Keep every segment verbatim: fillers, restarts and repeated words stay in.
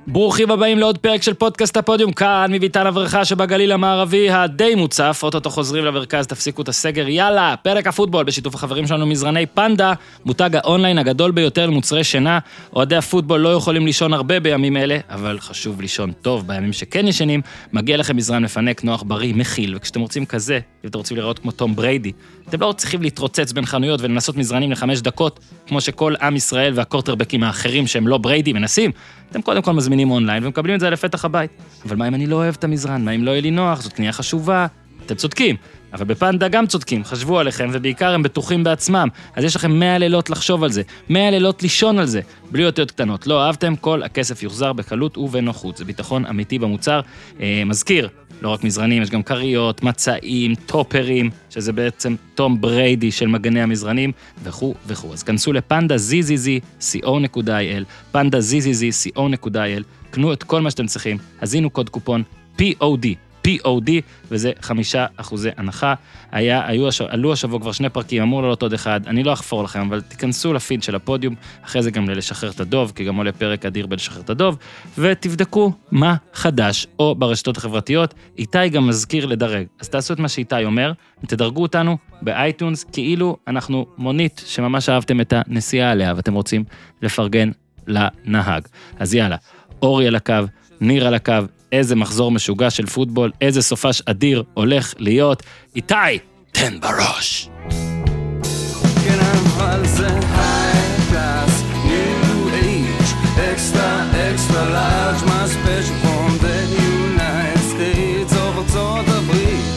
ברוכים הבאים לעוד פרק של פודקאסט הפודיום, כאן מביתן הברכה שבגליל המערבי הדי מוצף, אוטוטו חוזרים למרכז, תפסיקו את הסגר, יאללה, פרק הפוטבול בשיתוף החברים שלנו מזרני פנדה, מותג האונליין הגדול ביותר למוצרי שינה. אוהדי הפוטבול לא יכולים לישון הרבה בימים אלה, אבל חשוב לישון טוב בימים שכן ישנים. מגיע לכם מזרן מפנק, נוח, בריא, מכיל, וכשאתם רוצים כזה, אם אתם רוצים לראות כמו תום בריידי, אתם לא צריכים להתרוצץ בין חנויות ולנסות מזרנים לחמש דקות, כמו שכל עם ישראל והקורטרבקים האחרים שהם לא בריידי מנסים. אתם קודם כל מזמינים אונליין ומקבלים את זה לפתח הבית. אבל מה אם אני לא אוהב את המזרן? מה אם לא יהיה לי נוח? זאת קנייה חשובה. אתם צודקים. אבל בפנדה גם צודקים. חשבו עליכם, ובעיקר הם בטוחים בעצמם. אז יש לכם מאה לילות לחשוב על זה. מאה לילות לישון על זה. בלי אותיות קטנות. לא אהבתם, כל הכסף יוחזר בקלות ובנוחות. זה ביטחון אמיתי במוצר. אה, מזכיר, לא רק מזרנים, יש גם קריות, מצעים, טופרים, שזה בעצם תום בריידי של מגני המזרנים, וכו' וכו'. אז כנסו לפנדה זד זד זד סי או נקודה איי אל, פנדה זד זד זד סי או נקודה איי אל, קנו את כל מה שאתם צריכים, הזינו קוד קופון פי או די, פי או די, וזה חמישה אחוזי הנחה. היה, היו, עלו השבוע כבר שני פרקים, אמור לעלות עוד אחד, אני לא אחפור לכם, אבל תיכנסו לפיד של הפודיום, אחרי זה גם לשחרר את הדוב, כי גם עולה פרק אדיר בלשחרר את הדוב, ותבדקו מה חדש, או ברשתות החברתיות. איתי גם מזכיר לדרג, אז תעשו את מה שאיתי אומר, ותדרגו אותנו באייטונס, כאילו אנחנו מונית שממש אהבתם את הנסיעה עליה, ואתם רוצים לפרגן לנהג. אז יאללה, אורי על הקו, ניר על הקו, איזה מחזור משוגע של פוטבול, איזה סופש אדיר הולך להיות. איתי, תן בראש. כן, אבל זה high class, new age, extra, extra large, my special from the United States of ארצות הברית.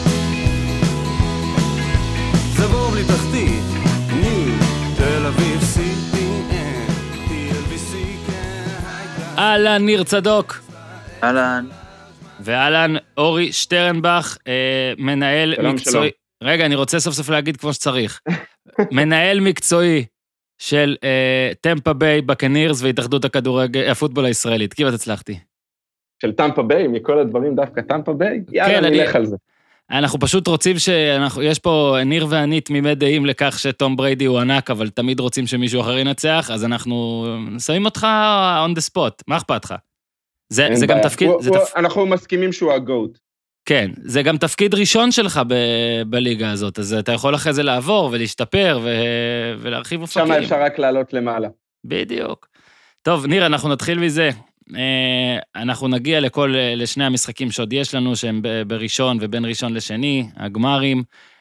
זה בור בלי תחתית, new, תל אביב, סי פי אן, טי אל בי סי, כן, high class. אהלן, ניר צדוק. אהלן. ואלן, אורי שטרנבך, אה, מנהל שלום, מקצועי, שלום. רגע, אני רוצה סוף סוף להגיד כמו שצריך, מנהל מקצועי של אה, טמפה ביי בקנירס והתאחדות הכדורגל, הפוטבול הישראלית, כמעט הצלחתי. של טמפה ביי, מכל הדברים דווקא טמפה ביי, יאללה, כן, נלך אני, על זה. אנחנו פשוט רוצים שיש פה, ניר ואני תמימי דעים לכך שתום בריידי הוא ענק, אבל תמיד רוצים שמישהו אחר ינצח, אז אנחנו שמים אותך on the spot, מה אכפת לך? זה, זה גם תפקיד... הוא, זה הוא, תפ... אנחנו מסכימים שהוא הגוט. כן, זה גם תפקיד ראשון שלך ב... בליגה הזאת, אז אתה יכול אחרי זה לעבור ולהשתפר ו... ולהרחיב אופקים. שם אפשר רק לעלות למעלה. בדיוק. טוב, ניר, אנחנו נתחיל מזה. אנחנו נגיע לכל, לשני המשחקים שעוד יש לנו, שהם בראשון ובין ראשון לשני, הגמרים,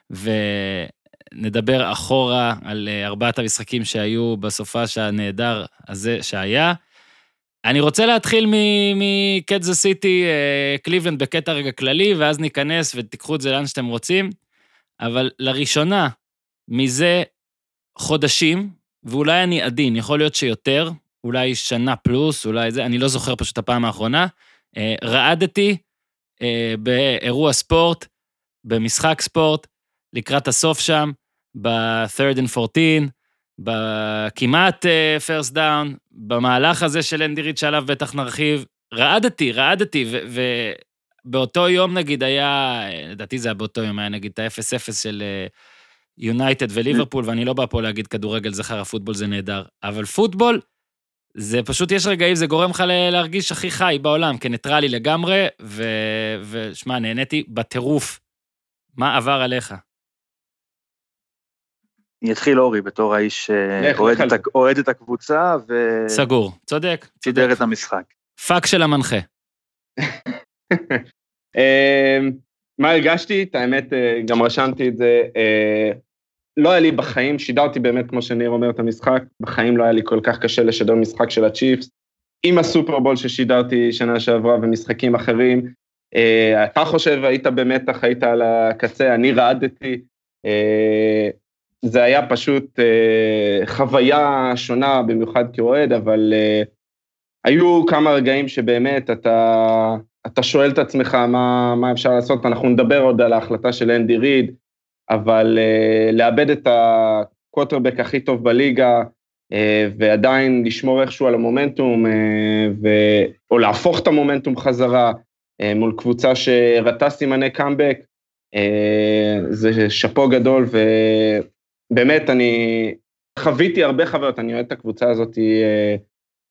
ונדבר אחורה על ארבעת המשחקים שהיו בסופה הנהדר הזה שהיה. אני רוצה להתחיל מקנזס סיטי, קליבלנד בקטע רגע כללי, ואז ניכנס ותיקחו את זה לאן שאתם רוצים, אבל לראשונה, מזה חודשים, ואולי אני עדין, יכול להיות שיותר, אולי שנה פלוס, אולי זה, אני לא זוכר פשוט הפעם האחרונה, רעדתי באירוע ספורט, במשחק ספורט, לקראת הסוף שם, ב-third and fourteen, בכמעט first down, במהלך הזה של אנדי ריד שעליו בטח נרחיב, רעדתי, רעדתי, ובאותו יום נגיד היה, לדעתי זה היה באותו יום, היה נגיד את ה-אפס אפס של יונייטד וליברפול, ואני לא בא פה להגיד כדורגל זכר, הפוטבול זה נהדר, אבל פוטבול, זה פשוט יש רגעים, זה גורם לך להרגיש הכי חי בעולם, כניטרלי לגמרי, ושמע, נהניתי בטירוף. מה עבר עליך? יתחיל אורי בתור האיש אוהד את הקבוצה, ו... סגור, צודק. צידר את המשחק. פאק של המנחה. מה הרגשתי? את האמת, גם רשמתי את זה, לא היה לי בחיים, שידרתי באמת, כמו שניר אומר, את המשחק, בחיים לא היה לי כל כך קשה לשדר משחק של הצ'יפס, עם הסופרבול ששידרתי שנה שעברה ומשחקים אחרים, אתה חושב, היית במתח, היית על הקצה, אני רעדתי, זה היה פשוט חוויה שונה, במיוחד כאוהד, אבל היו כמה רגעים שבאמת אתה, אתה שואל את עצמך מה, מה אפשר לעשות, אנחנו נדבר עוד על ההחלטה של אנדי ריד, אבל uh, לאבד את הקוטרבק הכי טוב בליגה, uh, ועדיין לשמור איכשהו על המומנטום, uh, ו... או להפוך את המומנטום חזרה, uh, מול קבוצה שראתה סימני קאמבק, uh, זה שפו גדול, ובאמת אני חוויתי הרבה חוויות, אני אוהד את הקבוצה הזאת uh,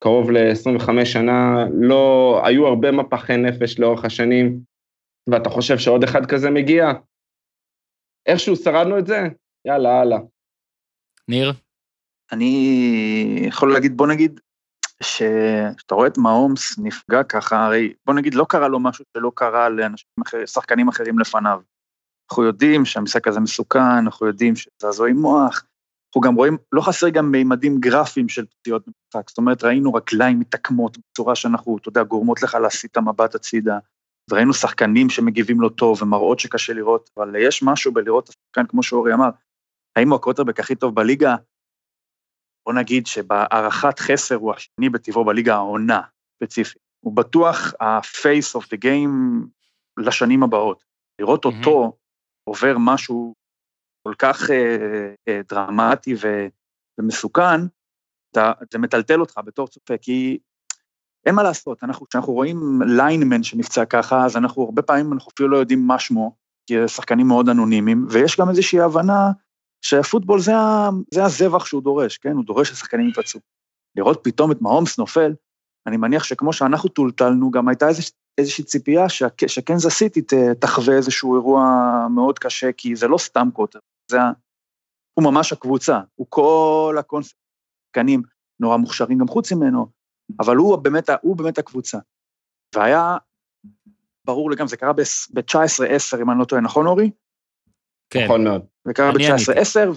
קרוב ל-עשרים וחמש שנה, לא, היו הרבה מפחי נפש לאורך השנים, ואתה חושב שעוד אחד כזה מגיע? איכשהו שרדנו את זה? יאללה, הלאה. ניר? אני יכול להגיד, בוא נגיד, שאתה רואה את מהומס נפגע ככה, הרי בוא נגיד, לא קרה לו משהו שלא קרה לאנשים אחרים, שחקנים אחרים לפניו. אנחנו יודעים שהמשחק הזה מסוכן, אנחנו יודעים שזעזועי מוח, אנחנו גם רואים, לא חסר גם מימדים גרפיים של פציעות במשחק, זאת אומרת, ראינו רגליים מתעקמות בצורה שאנחנו, אתה יודע, גורמות לך להסיט את המבט הצידה, וראינו שחקנים שמגיבים לו טוב, ומראות שקשה לראות, אבל יש משהו בלראות השחקן, כמו שאורי אמר, האם הוא הקווטרבק הכי טוב בליגה? בוא נגיד שבהערכת חסר הוא השני בטבעו בליגה העונה ספציפית. הוא בטוח ה-face of the game לשנים הבאות. לראות אותו עובר משהו כל כך אה, אה, דרמטי ו, ומסוכן, אתה, זה מטלטל אותך בתור צופה, כי אין מה לעשות, אנחנו, כשאנחנו רואים ליינמן שנפצע ככה, אז אנחנו הרבה פעמים אנחנו אפילו לא יודעים מה שמו, כי זה שחקנים מאוד אנונימיים, ויש גם איזושהי הבנה שהפוטבול זה, זה הזבח שהוא דורש, כן? הוא דורש ששחקנים יפצעו. לראות פתאום את מהומס נופל, אני מניח שכמו שאנחנו טולטלנו, גם הייתה איזוש, איזושהי ציפייה שקנזס סיטי תחווה איזשהו אירוע מאוד קשה, כי זה לא סתם קוטר, זה, הוא ממש הקבוצה, הוא כל הקונספט, שחקנים נורא מוכשרים גם חוץ ממנו, אבל הוא באמת, הוא באמת הקבוצה. והיה ברור לגמרי, זה קרה ב-תשע עשרה עשר, אם אני לא טועה, נכון אורי? כן. נכון מאוד. זה קרה ב-תשע עשרה עשר,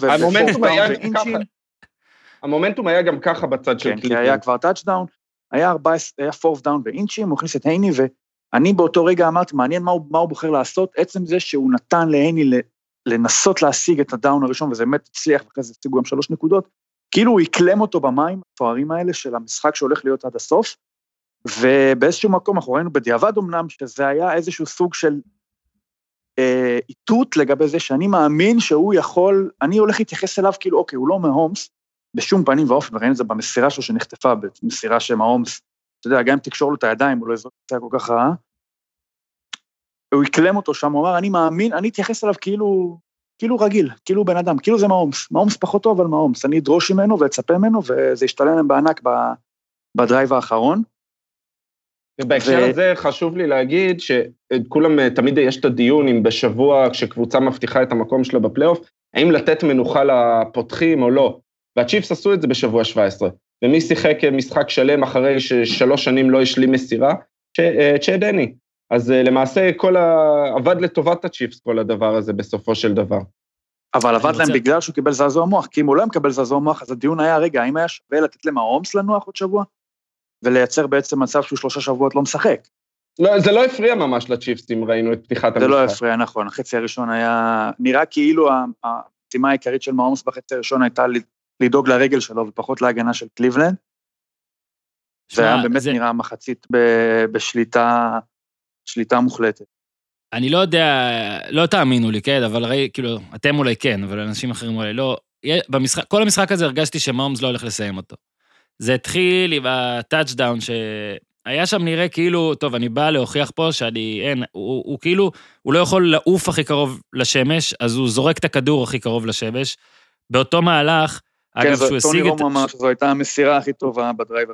המומנטום היה גם ככה בצד של קליפלנד. כן, כי היה כבר טאצ'דאון, היה פורף דאון באינצ'ים, הוא הכניס את הייני, ואני באותו רגע אמרתי, מעניין מה הוא, מה הוא בוחר לעשות, עצם זה שהוא נתן להייני לנסות להשיג את הדאון הראשון, וזה באמת הצליח, ואחרי זה השיגו גם שלוש נקודות, כאילו הוא יקלם אותו במים, התוארים האלה של המשחק שהולך להיות עד הסוף, ובאיזשהו מקום אנחנו ראינו בדיעבד אמנם, שזה היה איזשהו סוג של אה, איתות לגבי זה, שאני מאמין שהוא יכול, אני הולך להתייחס אליו כאילו, אוקיי, הוא לא מהומס, בשום פנים ואופן, וראינו את זה במסירה שלו שנחטפה, במסירה שמהומס, אתה יודע, גם אם תקשור לו את הידיים, הוא לא יזרוק את זה כל כך רעה, הוא יקלם אותו שם, הוא אמר, אני מאמין, אני אתייחס אליו כאילו, כאילו רגיל, כאילו בן אדם, כאילו זה מהומס, מהומס פחות טוב, אבל מהומס, אני אדרוש ממנו ואצפה ממנו, וזה ישתלם להם בענק בדרייב האחרון. ובהקשר הזה חשוב לי להגיד, שכולם, תמיד יש את הדיון, אם בשבוע, כשקבוצה מבטיחה את המקום שלה בפלייאוף, האם לתת מנוחה לפותחים או לא, והצ'יפס עשו את זה בשבוע שבע עשרה, ומי שיחק משחק שלם אחרי ששלוש שנים לא השלים מסירה, צ'אד הני. אז למעשה כל ה... עבד לטובת הצ'יפס כל הדבר הזה בסופו של דבר. אבל עבד להם בגלל שהוא קיבל זעזוע מוח, כי אם הוא לא מקבל זעזוע מוח, אז הדיון היה, רגע, האם היה שווה לתת להם ההומס לנוח עוד שבוע? ולייצר בעצם מצב שהוא שלושה שבועות לא משחק. לא, זה לא הפריע ממש לצ'יפס, אם ראינו את פתיחת המשחק. זה לא הפריע, נכון. החצי הראשון היה... נראה כאילו המשימה העיקרית של מהומס בחצי הראשון הייתה לדאוג לרגל שלו, ופחות להגנה של קליבלנד. זה היה באמת נראה מחצית בשליטה... שליטה מוחלטת. אני לא יודע, לא תאמינו לי, כן, אבל ראי, כאילו, אתם אולי כן, אבל אנשים אחרים אולי לא. במשחק, כל המשחק הזה הרגשתי שמהומס לא הולך לסיים אותו. זה התחיל עם הטאצ'דאון, שהיה שם נראה כאילו, טוב, אני בא להוכיח פה שאני, אין, הוא, הוא כאילו, הוא לא יכול לעוף הכי קרוב לשמש, אז הוא זורק את הכדור הכי קרוב לשמש. באותו מהלך, כן, אגב, שהוא השיג את... כן, טוני רום אמר שזו הייתה המסירה הכי טובה בדרייבר.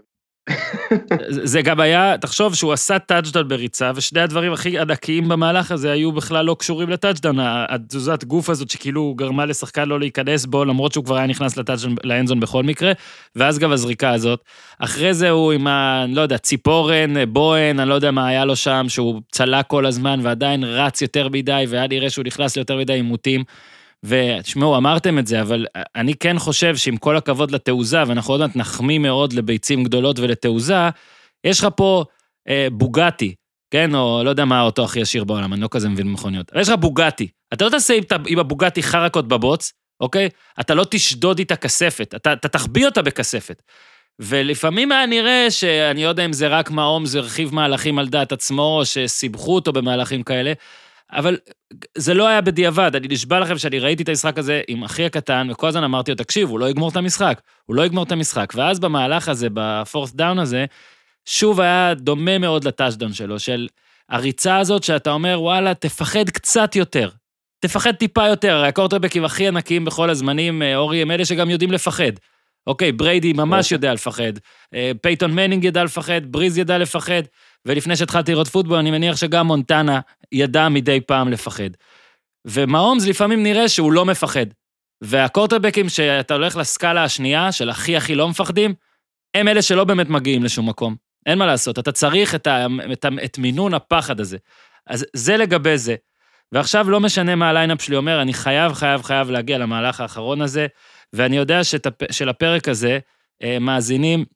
זה גם היה, תחשוב שהוא עשה טאצ'דאון בריצה, ושני הדברים הכי ענקיים במהלך הזה היו בכלל לא קשורים לטאצ'דאון, התזוזת גוף הזאת שכאילו גרמה לשחקן לא להיכנס בו, למרות שהוא כבר היה נכנס לטאצ'דאון, לאנזון בכל מקרה, ואז גם הזריקה הזאת. אחרי זה הוא עם ה, לא יודע, ציפורן, בוהן, אני לא יודע מה היה לו שם, שהוא צלה כל הזמן, ועדיין רץ יותר מדי, והיה נראה שהוא נכנס ליותר מדי עימותים, ושמעו, אמרתם את זה, אבל אני כן חושב שעם כל הכבוד לתעוזה, ואנחנו עוד מעט נחמיא מאוד לביצים גדולות ולתעוזה, יש לך פה אה, בוגטי, כן? או לא יודע מה האוטו הכי ישיר בעולם, אני לא כזה מבין במכוניות. אבל יש לך בוגטי. אתה לא תעשה עם הבוגטי חרקות בבוץ, אוקיי? אתה לא תשדוד איתה כספת, אתה, אתה תחביא אותה בכספת. ולפעמים היה נראה שאני לא יודע אם זה רק מהום, זה רכיב מהלכים על דעת עצמו, או שסיבכו אותו במהלכים כאלה, אבל זה לא היה בדיעבד, אני נשבע לכם שאני ראיתי את המשחק הזה עם אחי הקטן, וכל הזמן אמרתי לו, תקשיב, הוא לא יגמור את המשחק, הוא לא יגמור את המשחק, ואז במהלך הזה, בפורס דאון הזה, שוב היה דומה מאוד לטאצ'דאון שלו, של הריצה הזאת שאתה אומר, וואלה, תפחד קצת יותר, תפחד טיפה יותר, הרי הקורטרבקים הכי ענקיים בכל הזמנים, אורי, הם אלה שגם יודעים לפחד, אוקיי, בריידי ממש יודע לפחד, פייטון מנינג ידע לפחד, בריז ידע לפחד, ולפני שהתחלתי לראות פוטבול, אני מניח שגם מונטנה ידע מדי פעם לפחד. ומהומס לפעמים נראה שהוא לא מפחד. והקורטרבקים שאתה הולך לסקאלה השנייה, של הכי הכי לא מפחדים, הם אלה שלא באמת מגיעים לשום מקום. אין מה לעשות, אתה צריך את, ה, את, ה, את מינון הפחד הזה. אז זה לגבי זה. ועכשיו לא משנה מה הליינאפ שלי אומר, אני חייב, חייב, חייב להגיע למהלך האחרון הזה, ואני יודע שת, שלפרק הזה אה, מאזינים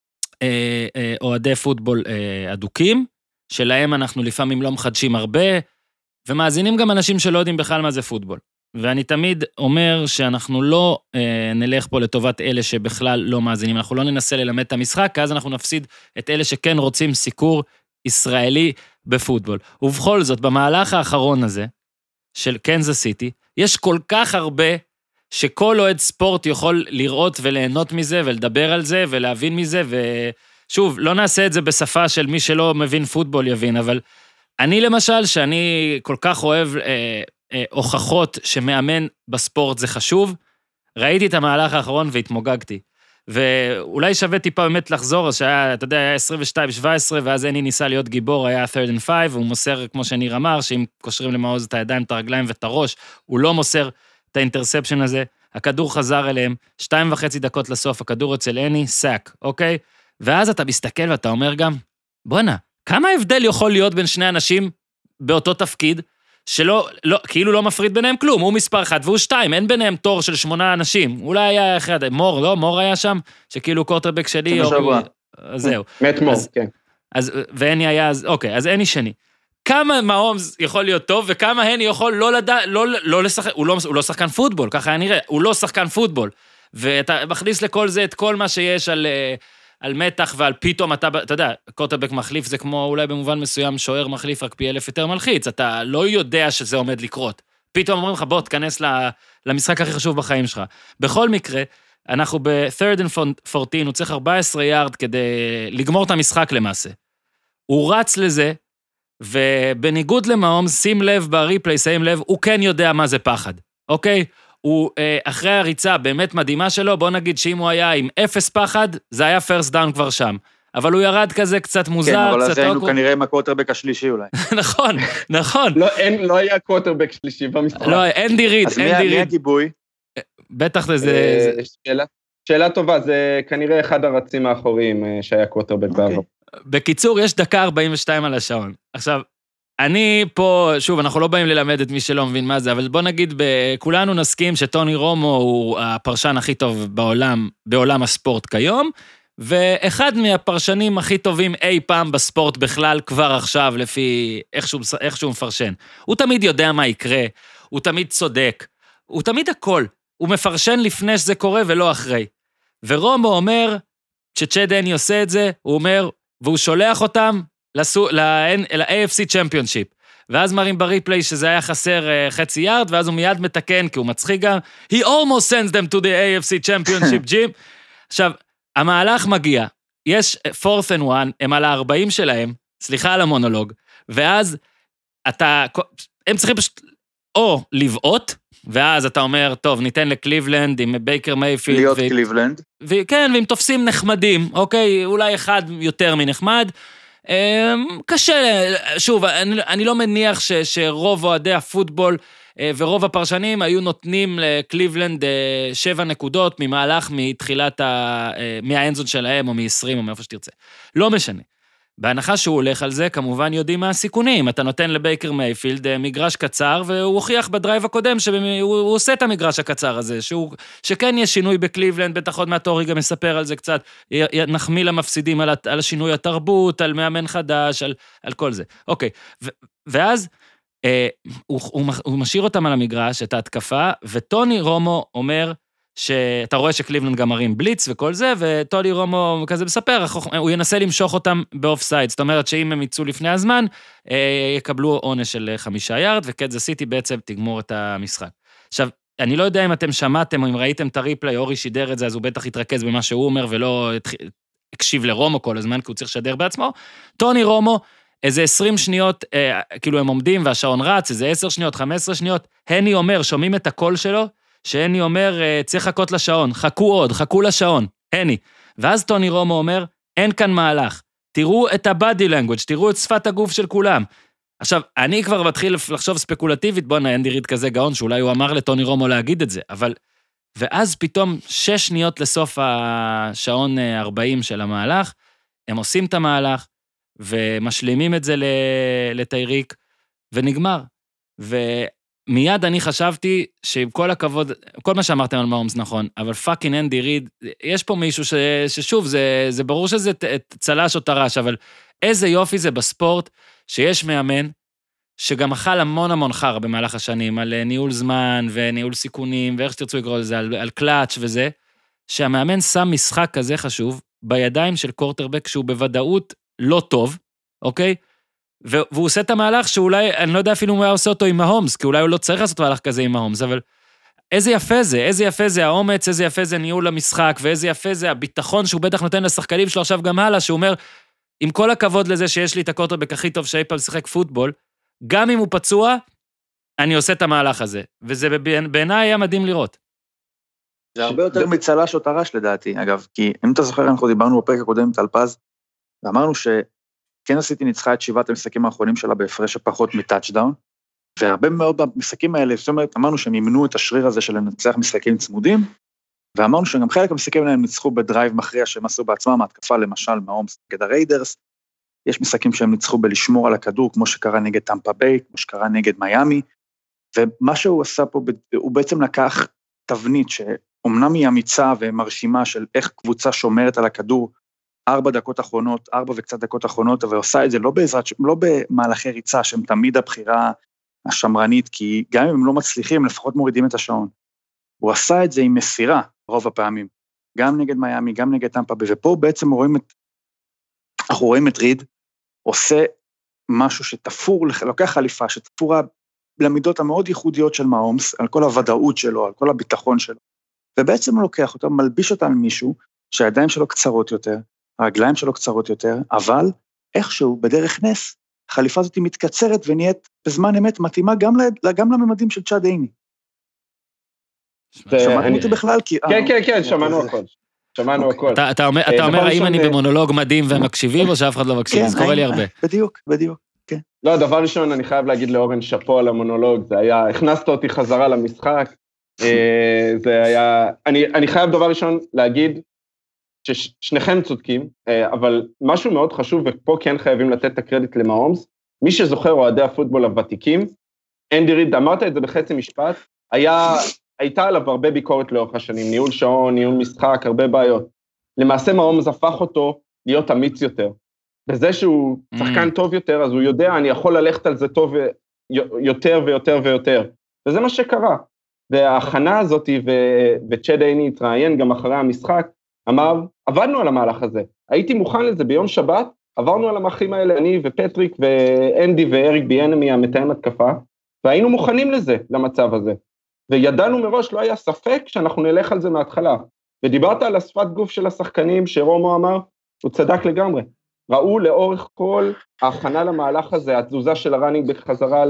אה, אה, אוהדי פוטבול אה, אדוקים, שלהם אנחנו לפעמים לא מחדשים הרבה, ומאזינים גם אנשים שלא יודעים בכלל מה זה פוטבול. ואני תמיד אומר שאנחנו לא אה, נלך פה לטובת אלה שבכלל לא מאזינים, אנחנו לא ננסה ללמד את המשחק, כי אז אנחנו נפסיד את אלה שכן רוצים סיקור ישראלי בפוטבול. ובכל זאת, במהלך האחרון הזה, של קנזס סיטי, יש כל כך הרבה שכל אוהד ספורט יכול לראות וליהנות מזה, ולדבר על זה, ולהבין מזה, ושוב, לא נעשה את זה בשפה של מי שלא מבין פוטבול יבין, אבל אני למשל, שאני כל כך אוהב אה, אה, הוכחות שמאמן בספורט זה חשוב, ראיתי את המהלך האחרון והתמוגגתי. ואולי שווה טיפה באמת לחזור, אז שהיה, אתה יודע, היה עשרים ושתיים שבע עשרה, ואז אני ניסה להיות גיבור, היה third and five, והוא מוסר, כמו שניר אמר, שאם קושרים למעוז את הידיים, את הרגליים ואת הראש, הוא לא מוסר את האינטרספשן הזה, הכדור חזר אליהם, שתיים וחצי דקות לסוף, הכדור אצל אני, סאק, אוקיי? ואז אתה מסתכל ואתה אומר גם, בוא'נה, כמה הבדל יכול להיות בין שני אנשים באותו תפקיד, שלא, לא, כאילו לא מפריד ביניהם כלום, הוא מספר אחד והוא שתיים, אין ביניהם תור של שמונה אנשים, אולי היה אחד, מור, לא, מור היה שם, שכאילו קורטרבק שלי, או... זהו. מת מור, כן. אז, ואני היה, אז, אוקיי, אז אני שני. כמה מהומס יכול להיות טוב, וכמה הני יכול לא לדע, לא, לא לשחק, הוא לא, הוא לא שחקן פוטבול, ככה היה נראה, הוא לא שחקן פוטבול, ואתה מכניס לכל זה את כל מה שיש על... על מתח ועל פתאום אתה, אתה יודע, קורטרבק מחליף זה כמו אולי במובן מסוים שוער מחליף רק פי אלף יותר מלחיץ, אתה לא יודע שזה עומד לקרות. פתאום אומרים לך בוא תכנס למשחק הכי חשוב בחיים שלך. בכל מקרה, אנחנו ב-third and fourteen, הוא צריך ארבע עשרה יארד כדי לגמור את המשחק למעשה. הוא רץ לזה, ובניגוד למהומס, שים לב בריפלי, שים לב, הוא כן יודע מה זה פחד, אוקיי? הוא אחרי הריצה באמת מדהימה שלו, בוא נגיד שאם הוא היה עם אפס פחד, זה היה פרסט דאון כבר שם. אבל הוא ירד כזה קצת מוזר, כן, אבל קצת אז היינו כנראה עם הקווטרבק השלישי אולי. נכון, נכון. לא, אין, לא היה קווטרבק שלישי במשחק. לא, אנדי ריד, אז אנדי מי ריד. הגיבוי? בטח זה... שאלה, שאלה טובה, זה כנראה אחד הרצים האחוריים שהיה קווטרבק בעבר. בקיצור, יש דקה ארבעים ושתיים על השעון. עכשיו, אני פה, שוב, אנחנו לא באים ללמד את מי שלא מבין מה זה, אבל בוא נגיד, כולנו נסכים שטוני רומו הוא הפרשן הכי טוב בעולם, בעולם הספורט כיום, ואחד מהפרשנים הכי טובים אי פעם בספורט בכלל כבר עכשיו, לפי איך שהוא, איך שהוא מפרשן. הוא תמיד יודע מה יקרה, הוא תמיד צודק, הוא תמיד הכל, הוא מפרשן לפני שזה קורה ולא אחרי. ורומו אומר, שצ'ד הני עושה את זה, הוא אומר, והוא שולח אותם, ל-איי אף סי Championship, ואז מראים בריפלי שזה היה חסר חצי יארד, ואז הוא מיד מתקן, כי הוא מצחיק גם, he almost sends them to the איי אף סי Championship, Jim. עכשיו, המהלך מגיע, יש fourth and one, הם על ה-ארבעים שלהם, סליחה על המונולוג, ואז אתה, הם צריכים פשוט, או לבעוט, ואז אתה אומר, טוב, ניתן לקליבלנד עם בייקר מייפילד. להיות קליבלנד. וכן, והם תופסים נחמדים, אוקיי, אולי אחד יותר מנחמד, קשה, שוב, אני, אני לא מניח ש, שרוב אוהדי הפוטבול ורוב הפרשנים היו נותנים לקליבלנד שבע נקודות ממהלך מתחילת, ה, מהאנזון שלהם או מ-עשרים או מאיפה שתרצה. לא משנה. בהנחה שהוא הולך על זה, כמובן יודעים מה הסיכונים. אתה נותן לבייקר מייפילד מגרש קצר, והוא הוכיח בדרייב הקודם שהוא עושה את המגרש הקצר הזה, שהוא, שכן יש שינוי בקליבלנד, בטח עוד מהתורי גם מספר על זה קצת, נחמיא למפסידים על, על השינוי התרבות, על מאמן חדש, על, על כל זה. אוקיי, ו, ואז אה, הוא, הוא, הוא משאיר אותם על המגרש, את ההתקפה, וטוני רומו אומר, שאתה רואה שקליבלנד גם מרים בליץ וכל זה, וטוני רומו כזה מספר, הוא ינסה למשוך אותם באוף-סייד, זאת אומרת שאם הם יצאו לפני הזמן, יקבלו עונש של חמישה יארד, וקנזס סיטי בעצם תגמור את המשחק. עכשיו, אני לא יודע אם אתם שמעתם, או אם ראיתם את הריפלי, אורי שידר את זה, אז הוא בטח יתרכז במה שהוא אומר, ולא הקשיב לרומו כל הזמן, כי הוא צריך לשדר בעצמו. טוני רומו, איזה עשרים שניות, כאילו הם עומדים, והשעון רץ, איזה עשר שניות, חמש עשרה שניות, הני אומר, שומעים את הקול שלו, שהני אומר, צריך לחכות לשעון, חכו עוד, חכו לשעון, הני. ואז טוני רומו אומר, אין כאן מהלך, תראו את ה-body language, תראו את שפת הגוף של כולם. עכשיו, אני כבר מתחיל לחשוב ספקולטיבית, בוא אנדי ריד כזה גאון, שאולי הוא אמר לטוני רומו להגיד את זה, אבל, ואז פתאום שש שניות לסוף השעון ארבעים של המהלך, הם עושים את המהלך, ומשלימים את זה לתייריק, ונגמר. ומיד אני חשבתי שעם כל הכבוד, כל מה שאמרתם על מאומס נכון, אבל פאקינג אנדי ריד, יש פה מישהו ש, ששוב, זה, זה ברור שזה צלש או טרש, אבל איזה יופי זה בספורט, שיש מאמן, שגם אכל המון המון חר במהלך השנים, על ניהול זמן וניהול סיכונים, ואיך שתרצו לקרוא לזה, על, על קלאץ' וזה, שהמאמן שם משחק כזה חשוב, בידיים של קורטרבק, שהוא בוודאות לא טוב, אוקיי? והוא עושה את המהלך שאולי, אני לא יודע אפילו אם הוא היה עושה אותו עם מהומס, כי אולי הוא לא צריך לעשות מהלך כזה עם מהומס, אבל איזה יפה זה, איזה יפה זה האומץ, איזה יפה זה ניהול המשחק, ואיזה יפה זה הביטחון שהוא בטח נותן לשחקנים שלו עכשיו גם הלאה, שהוא אומר, עם כל הכבוד לזה שיש לי את הקורטרבק הכי טוב שאי פעם לשחק פוטבול, גם אם הוא פצוע, אני עושה את המהלך הזה, וזה בעיניי היה מדהים לראות. זה הרבה יותר מצלש או טרש לדעתי, אגב, כי אם אתה זוכר, אנחנו דיברנו בפרק הקודם את אלפז, ואמרנו שכן עשיתי ניצחה את שבעת המשחקים האחרונים שלה בהפרש הפחות מטאצ'דאון, והרבה מאוד במשחקים האלה, זאת אומרת, אמרנו שהם ימנו את השריר הזה של לנצח משחקים צמודים, ואמרנו שגם חלק המשחקים האלה ניצחו בדרייב מכריע שהם עשו בעצמם, ההתקפה למשל מהומס נגד הריידרס, יש משחקים שהם ניצחו בלשמור על הכדור, כמו שקרה נגד טמפה ביי, כמו שקרה נגד מיאמי, ומה שהוא עשה פה, הוא בעצם לקח תבנית שאומנם היא אמיצה ומרשימה של איך קבוצה שומרת על הכדור, ארבע דקות אחרונות, ארבע וקצת דקות אחרונות, ועושה את זה לא בעזרת, לא במהלכי ריצה, שהם תמיד הבחירה השמרנית, כי גם אם הם לא מצליחים, לפחות מורידים את השעון. הוא עשה את זה עם מסירה, רוב הפעמים, גם נגד מיאמי, גם נגד טמפה ביי, ופה בעצם רואים את, אנחנו רואים את ריד, עושה משהו שתפור, לוקח חליפה, שתפור למידות המאוד ייחודיות של מהומס, על כל הוודאות שלו, על כל הביטחון שלו, ובעצם הוא לוקח אותה, מלביש אותה על מישהו, שהידיים שלו קצרות יותר, הרגליים שלו קצרות יותר, אבל איכשהו, בדרך נס, החליפה הזאת היא מתקצרת, ונהיית בזמן אמת מתאימה גם, גם לממדים של צ'אד איני. שמענו אותי בכלל? כן, כן, כן, שמענו הכל. שמענו הכל. אתה אומר, האם אני במונולוג מדהים והם מקשיבים, או שאף אחד לא מקשיב? זה קורה לי הרבה. בדיוק, בדיוק, כן. לא, דבר ראשון, אני חייב להגיד לאורן שפו על המונולוג, זה היה, הכנסת אותי חזרה למשחק, זה היה, אני חייב דבר ראשון להגיד, ששניכם צודקים, אבל משהו מאוד חשוב, ופה כן חייבים לתת את הקרדיט למהומס, מי שזוכר אוהדי הפוטבול הוותיקים, אנדי ריד, אמרת את זה בחצי משפט, היה, הייתה עליו הרבה ביקורת לאורך השנים, ניהול שעון, ניהול משחק, הרבה בעיות. למעשה מהומס הפך אותו להיות אמיץ יותר. בזה שהוא שחקן טוב יותר, אז הוא יודע, אני יכול ללכת על זה טוב יותר ויותר ויותר. וזה מה שקרה. וההכנה הזאת, וצ'אד איני התראיין גם אחרי המשחק, אמר, עבדנו על המהלך הזה. הייתי מוכן לזה ביום שבת, עברנו על המחים האלה, אני ופטריק ואנדי ואריק ביאנמי, המתאם התקפה, והיינו מוכנים לזה, למצב הזה. וידענו מראש, לא היה ספק שאנחנו נלך על זה מההתחלה. ודיברת על השפת גוף של השחקנים, שרומו אמר, הוא צדק לגמרי. ראו לאורך כל ההכנה למהלך הזה, התזוזה של הראנינג בחזרה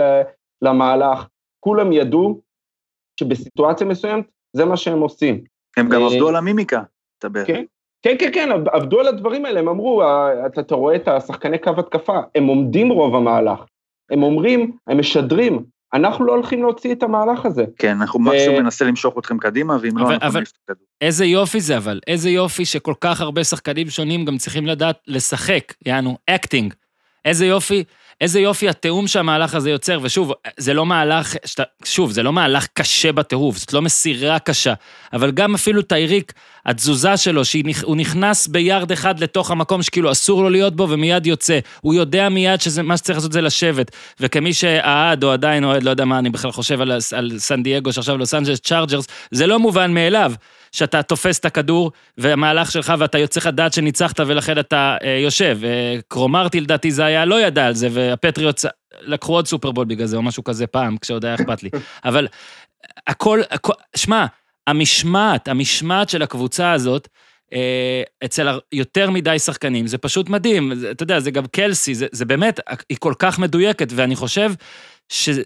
למהלך, כולם ידעו שבסיטואציה מסוימת, זה מה שהם עושים. הם גם עבדו על המימיקה, תבר. כן, כן, כן, כן, עבדו על הדברים האלה, הם אמרו, אתה רואה את השחקני קו התקפה, הם עומדים רוב המהלך, הם אומרים, הם משדרים, אנחנו לא הולכים להוציא את המהלך הזה. כן, אנחנו מקסימום ננסה למשוך אתכם קדימה, ואם לא, אנחנו נפת כדור. איזה יופי זה אבל, איזה יופי שכל כך הרבה שחקנים שונים גם צריכים לדעת לשחק, יענו, אקטינג. איזה יופי, איזה יופי התאום שהמהלך הזה יוצר, ושוב, זה לא מהלך, שוב, זה לא מהלך קשה בטירוף, זאת לא מסירה קשה, אבל גם אפילו טייריק, התזוזה שלו, שהוא נכנס בירד אחד לתוך המקום שכאילו אסור לו להיות בו, ומיד יוצא, הוא יודע מיד שמה שצריך לעשות זה לשבת, וכמי שהעד או עדיין אוהד, לא יודע מה, אני בכלל חושב על, על סן דייגו, שעכשיו לוס אנג'לס צ'ארג'רס, זה לא מובן מאליו, שאתה תופס את הכדור, והמהלך שלך, ואתה יוצא לדעת שניצחת, ולכן אתה אה, יושב. אה, קרומרתי לדעתי זה היה, לא ידע על זה, והפטריוט לקחו עוד סופרבול בגלל זה, או משהו כזה פעם, כשעוד היה אכפת לי. אבל הכל, הכל שמה, המשמעת, המשמעת של הקבוצה הזאת, אה, אצל יותר מדי שחקנים, זה פשוט מדהים, אתה יודע, זה גם קלסי, זה, זה באמת, היא כל כך מדויקת, ואני חושב ש...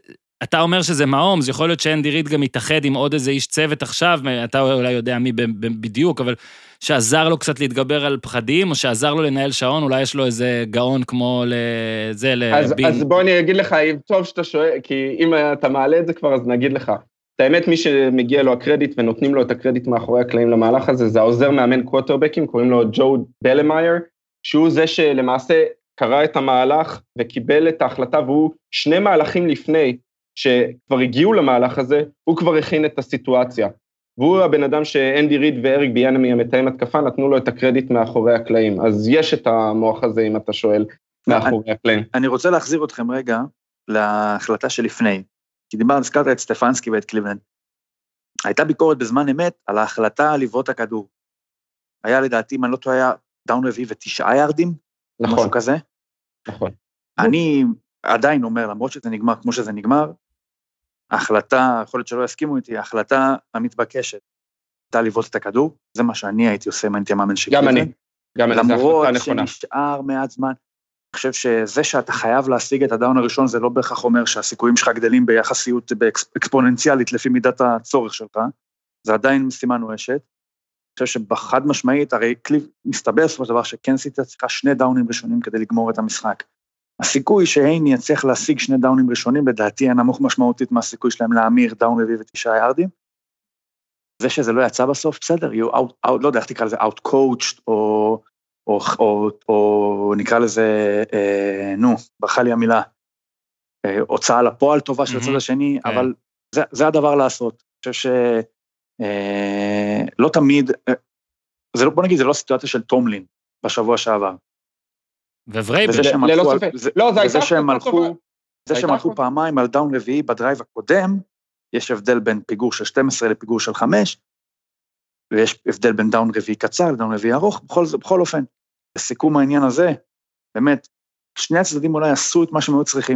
אתה אומר שזה מעומס, יכול להיות שאנדי ריד גם יתאחד עם עוד איזה איש צוות עכשיו, אתה אולי יודע מי בדיוק, אבל שעזר לו קצת להתגבר על פחדים, או שעזר לו לנהל שעון, אולי יש לו איזה גאון כמו לזה, לבין. אז בוא אני אגיד לך, טוב שאתה שואל, כי אם אתה מעלה את זה כבר, אז נגיד לך. את האמת, מי שמגיע לו הקרדיט, ונותנים לו את הקרדיט מאחורי הקלעים למהלך הזה, זה העוזר מאמן קווטרבקים, קוראים לו ג'ו דלמייר, שהוא זה שלמעשה קרא את המהלך, וקיבל את ההחלטה, והוא שני מהלכים לפני, שכבר הגיעו למהלך הזה, הוא כבר הכין את הסיטואציה. והוא הבן אדם שאנדי ריד ואריק ביאנמי, המתאם התקפה, נתנו לו את הקרדיט מאחורי הקלעים. אז יש את המוח הזה, אם אתה שואל, מאחורי הקלעים. אני רוצה להחזיר אתכם רגע להחלטה שלפני. כי דיבר, הזכרת את סטפנסקי ואת קליבלנד. הייתה ביקורת בזמן אמת על ההחלטה לבעוט הכדור. היה לדעתי, אם אני לא טועה, היה דאון רביעי ותשעה ירדים, נכון. משהו כזה. נכון. אני עדיין אומר, למרות שזה נגמר כמו שזה נגמר, ההחלטה, יכול להיות שלא יסכימו איתי, ההחלטה המתבקשת, הייתה לבעוט את הכדור, זה מה שאני הייתי עושה, אם הייתי מאמן גם אני. גם אני, למרות שנשאר מעט זמן, אני חושב שזה שאתה חייב להשיג את הדאון הראשון, זה לא בהכרח אומר שהסיכויים שלך גדלים ביחסיות אקספוננציאלית, לפי מידת הצורך שלך, זה עדיין סימן נואשת. אני חושב שבחד משמעית, הרי קליב מסתבר בסופו של דבר שקן סיטי צריכה שני דאונים ראשונים כדי לגמור את המשחק. הסיכוי שהייני יצליח להשיג שני דאונים ראשונים, בדעתי הנמוך משמעותית מהסיכוי שלהם להמיר דאון רביעי ותשעה ירדים. זה שזה לא יצא בסוף, בסדר, you out, out, לא יודע איך תקרא לזה, out coached, או, או, או, או נקרא לזה, אה, נו, ברכה לי המילה, אה, הוצאה לפועל טובה של הצד השני, כן. אבל זה, זה הדבר לעשות. אני חושב שלא תמיד, זה לא, בוא נגיד, זה לא סיטואציה של טומלין בשבוע שעבר. וברייבר. וזה שהם ללא הלכו, ספק. זה, לא, זה וזה הייתה שהם החלטה טובה. הלכו, זה שהם הלכו פעמיים על דאון רביעי בדרייב הקודם, יש הבדל בין פיגור של שתים עשרה לפיגור של חמש, ויש הבדל בין דאון רביעי קצר לדאון רביעי ארוך, בכל, בכל אופן, לסיכום העניין הזה, באמת, שני הצדדים אולי עשו את מה שהם היו צריכים,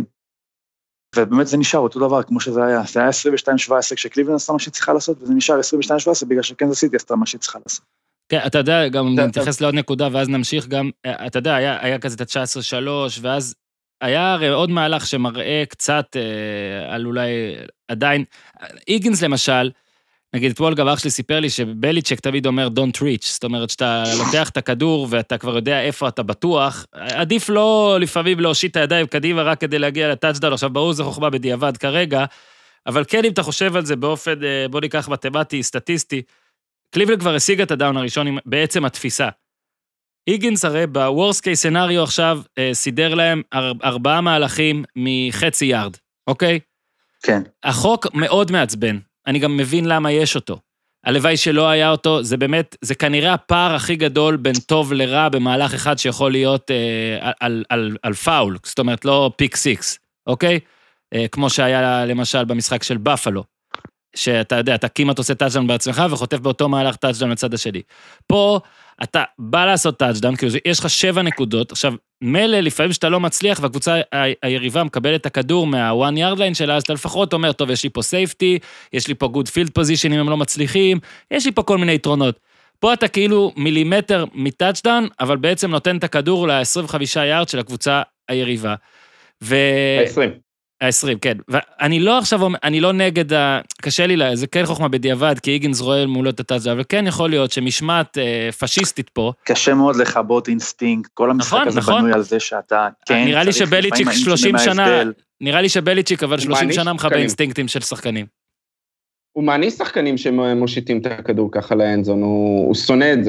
ובאמת זה נשאר אותו דבר כמו שזה היה, זה היה עשרים ושתיים שבע עשרה כשקליבלנד עשתה מה שהיא צריכה לעשות, וזה נשאר עשרים ושתיים שבע עשרה בגלל שקנזס סיטי עשתה מה שהיא צריכה לעשות. כן, אתה יודע, גם נתייחס לעוד נקודה, ואז נמשיך גם, אתה יודע, היה, היה כזה את ה-תשע עשרה שלוש, ואז היה הרי עוד מהלך שמראה קצת אה, על אולי עדיין, איגינס למשל, נגיד, אתמול גם אח שלי סיפר לי שבליצ'ק תמיד אומר don't reach, זאת אומרת שאתה לוקח את הכדור ואתה כבר יודע איפה אתה בטוח, עדיף לא לפעמים להושיט את הידיים קדימה רק כדי להגיע לטאצ'דאון, עכשיו ברור זה חוכמה בדיעבד כרגע, אבל כן אם אתה חושב על זה באופן, בוא ניקח מתמטי, סטטיסטי, קליבלנד כבר השיג את הדאון הראשון עם בעצם התפיסה. היגינס הרי בוורסט קייס סנריו עכשיו סידר להם ארבעה מהלכים מחצי יארד, אוקיי? כן. החוק מאוד מעצבן, אני גם מבין למה יש אותו. הלוואי שלא היה אותו, זה באמת, זה כנראה הפער הכי גדול בין טוב לרע במהלך אחד שיכול להיות אה, על, על, על פאול, זאת אומרת לא פיק סיקס, אוקיי? אה, כמו שהיה למשל במשחק של בפלו, שאתה יודע, אתה כמעט עושה טאצ'דאון בעצמך וחוטף באותו מהלך טאצ'דאון לצד השני. פה אתה בא לעשות טאצ'דאון, כאילו יש לך שבע נקודות, עכשיו מלא לפעמים שאתה לא מצליח והקבוצה היריבה מקבלת את הכדור מה-one yard line שלה, אז אתה לפחות אומר, טוב, יש לי פה safety, יש לי פה good field position אם הם לא מצליחים, יש לי פה כל מיני יתרונות. פה אתה כאילו מילימטר מטאצ'דאון, אבל בעצם נותן את הכדור ל-עשרים וחמישה יארד של הקבוצה היריבה. ו... ה-עשרים. ה-עשרים, כן. ואני לא עכשיו, אני לא נגד, ה... קשה לי לה, זה כן חוכמה בדיעבד, כי איגינס רואה מולו את הטאצ'דאון, אבל כן יכול להיות שמשמעת אה, פשיסטית פה. קשה מאוד לכבות אינסטינקט, כל המשחק נכון, הזה נכון. בנוי על זה שאתה כן נראה לי שבליצ'יק שלושים שנה, נראה לי שבליצ'יק אבל שלושים שנה מחבא שחקנים. אינסטינקטים של שחקנים. הוא מעניש שחקנים שמושיטים את הכדור ככה לאנזון, הוא, הוא שונא את זה.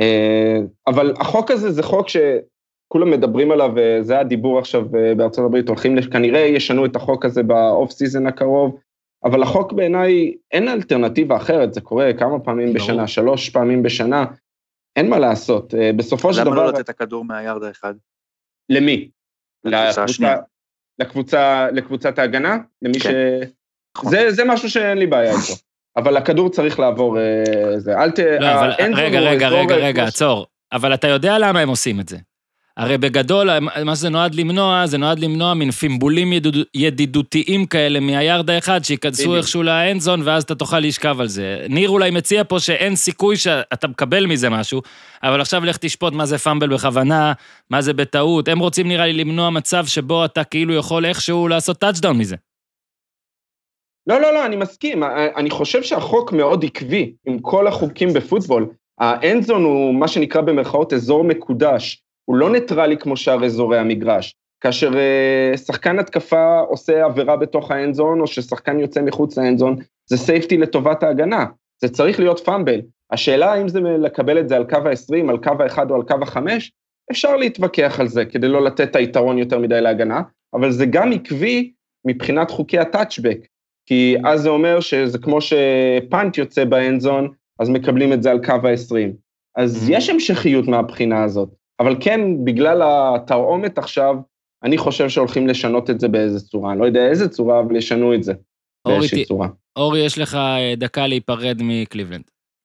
אבל החוק הזה זה חוק שכולם מדברים עליו, וזה הדיבור עכשיו בארצות הברית, הולכים, כנראה ישנו את החוק הזה באוף סיזן הקרוב, אבל החוק בעיניי אין אלטרנטיבה אחרת, זה קורה כמה פעמים בשנה, שלוש פעמים בשנה, אין מה לעשות. בסופו של דבר... למה לא לתת את הכדור מהירד האחד? למי? לקבוצה השנייה. לקבוצה, לקבוצת ההגנה? למי ש... זה, זה משהו שאין לי בעיה איתו. אבל הכדור צריך לעבור, זה, אל ת... לא, אבל רגע, רגע, רגע, רגע, עצור. אבל אתה יודע למה הם עושים את זה. הרי בגדול, מה שזה נועד למנוע, זה נועד למנוע מן פימבולים ידידותיים כאלה מהירד האחד, שיכנסו איכשהו לאנזון, ואז אתה תוכל להשכב על זה. ניר אולי מציע פה שאין סיכוי שאתה מקבל מזה משהו, אבל עכשיו לך תשפוט מה זה פאמבל בכוונה, מה זה בטעות. הם רוצים נראה לי למנוע מצב שבו אתה כאילו יכול איכשהו לעשות טאצ'דאון מזה. לא, לא, לא, אני מסכים, אני חושב שהחוק מאוד עקבי עם כל החוקים בפוטבול, האנדזון הוא מה שנקרא במרכאות אזור מקודש, הוא לא ניטרלי כמו שאר אזורי המגרש, כאשר שחקן התקפה עושה עבירה בתוך האנדזון, או ששחקן יוצא מחוץ לאנדזון, זה סייפטי לטובת ההגנה, זה צריך להיות פאמבל, השאלה האם זה לקבל את זה על קו ה-עשרים, על קו ה-אחד או על קו ה-חמש, אפשר להתווכח על זה, כדי לא לתת את היתרון יותר מדי להגנה, אבל זה גם עקבי מבחינת חוקי הטאצ'בק, כי אז זה אומר שזה כמו שפאנט יוצא באנדזון, אז מקבלים את זה על קו ה-עשרים. אז יש המשכיות מהבחינה הזאת, אבל כן, בגלל התרעומת עכשיו, אני חושב שהולכים לשנות את זה באיזה צורה, אני לא יודע איזה צורה, אבל ישנו את זה באיזושהי צורה. אורי, יש לך דקה להיפרד מקליבלנד.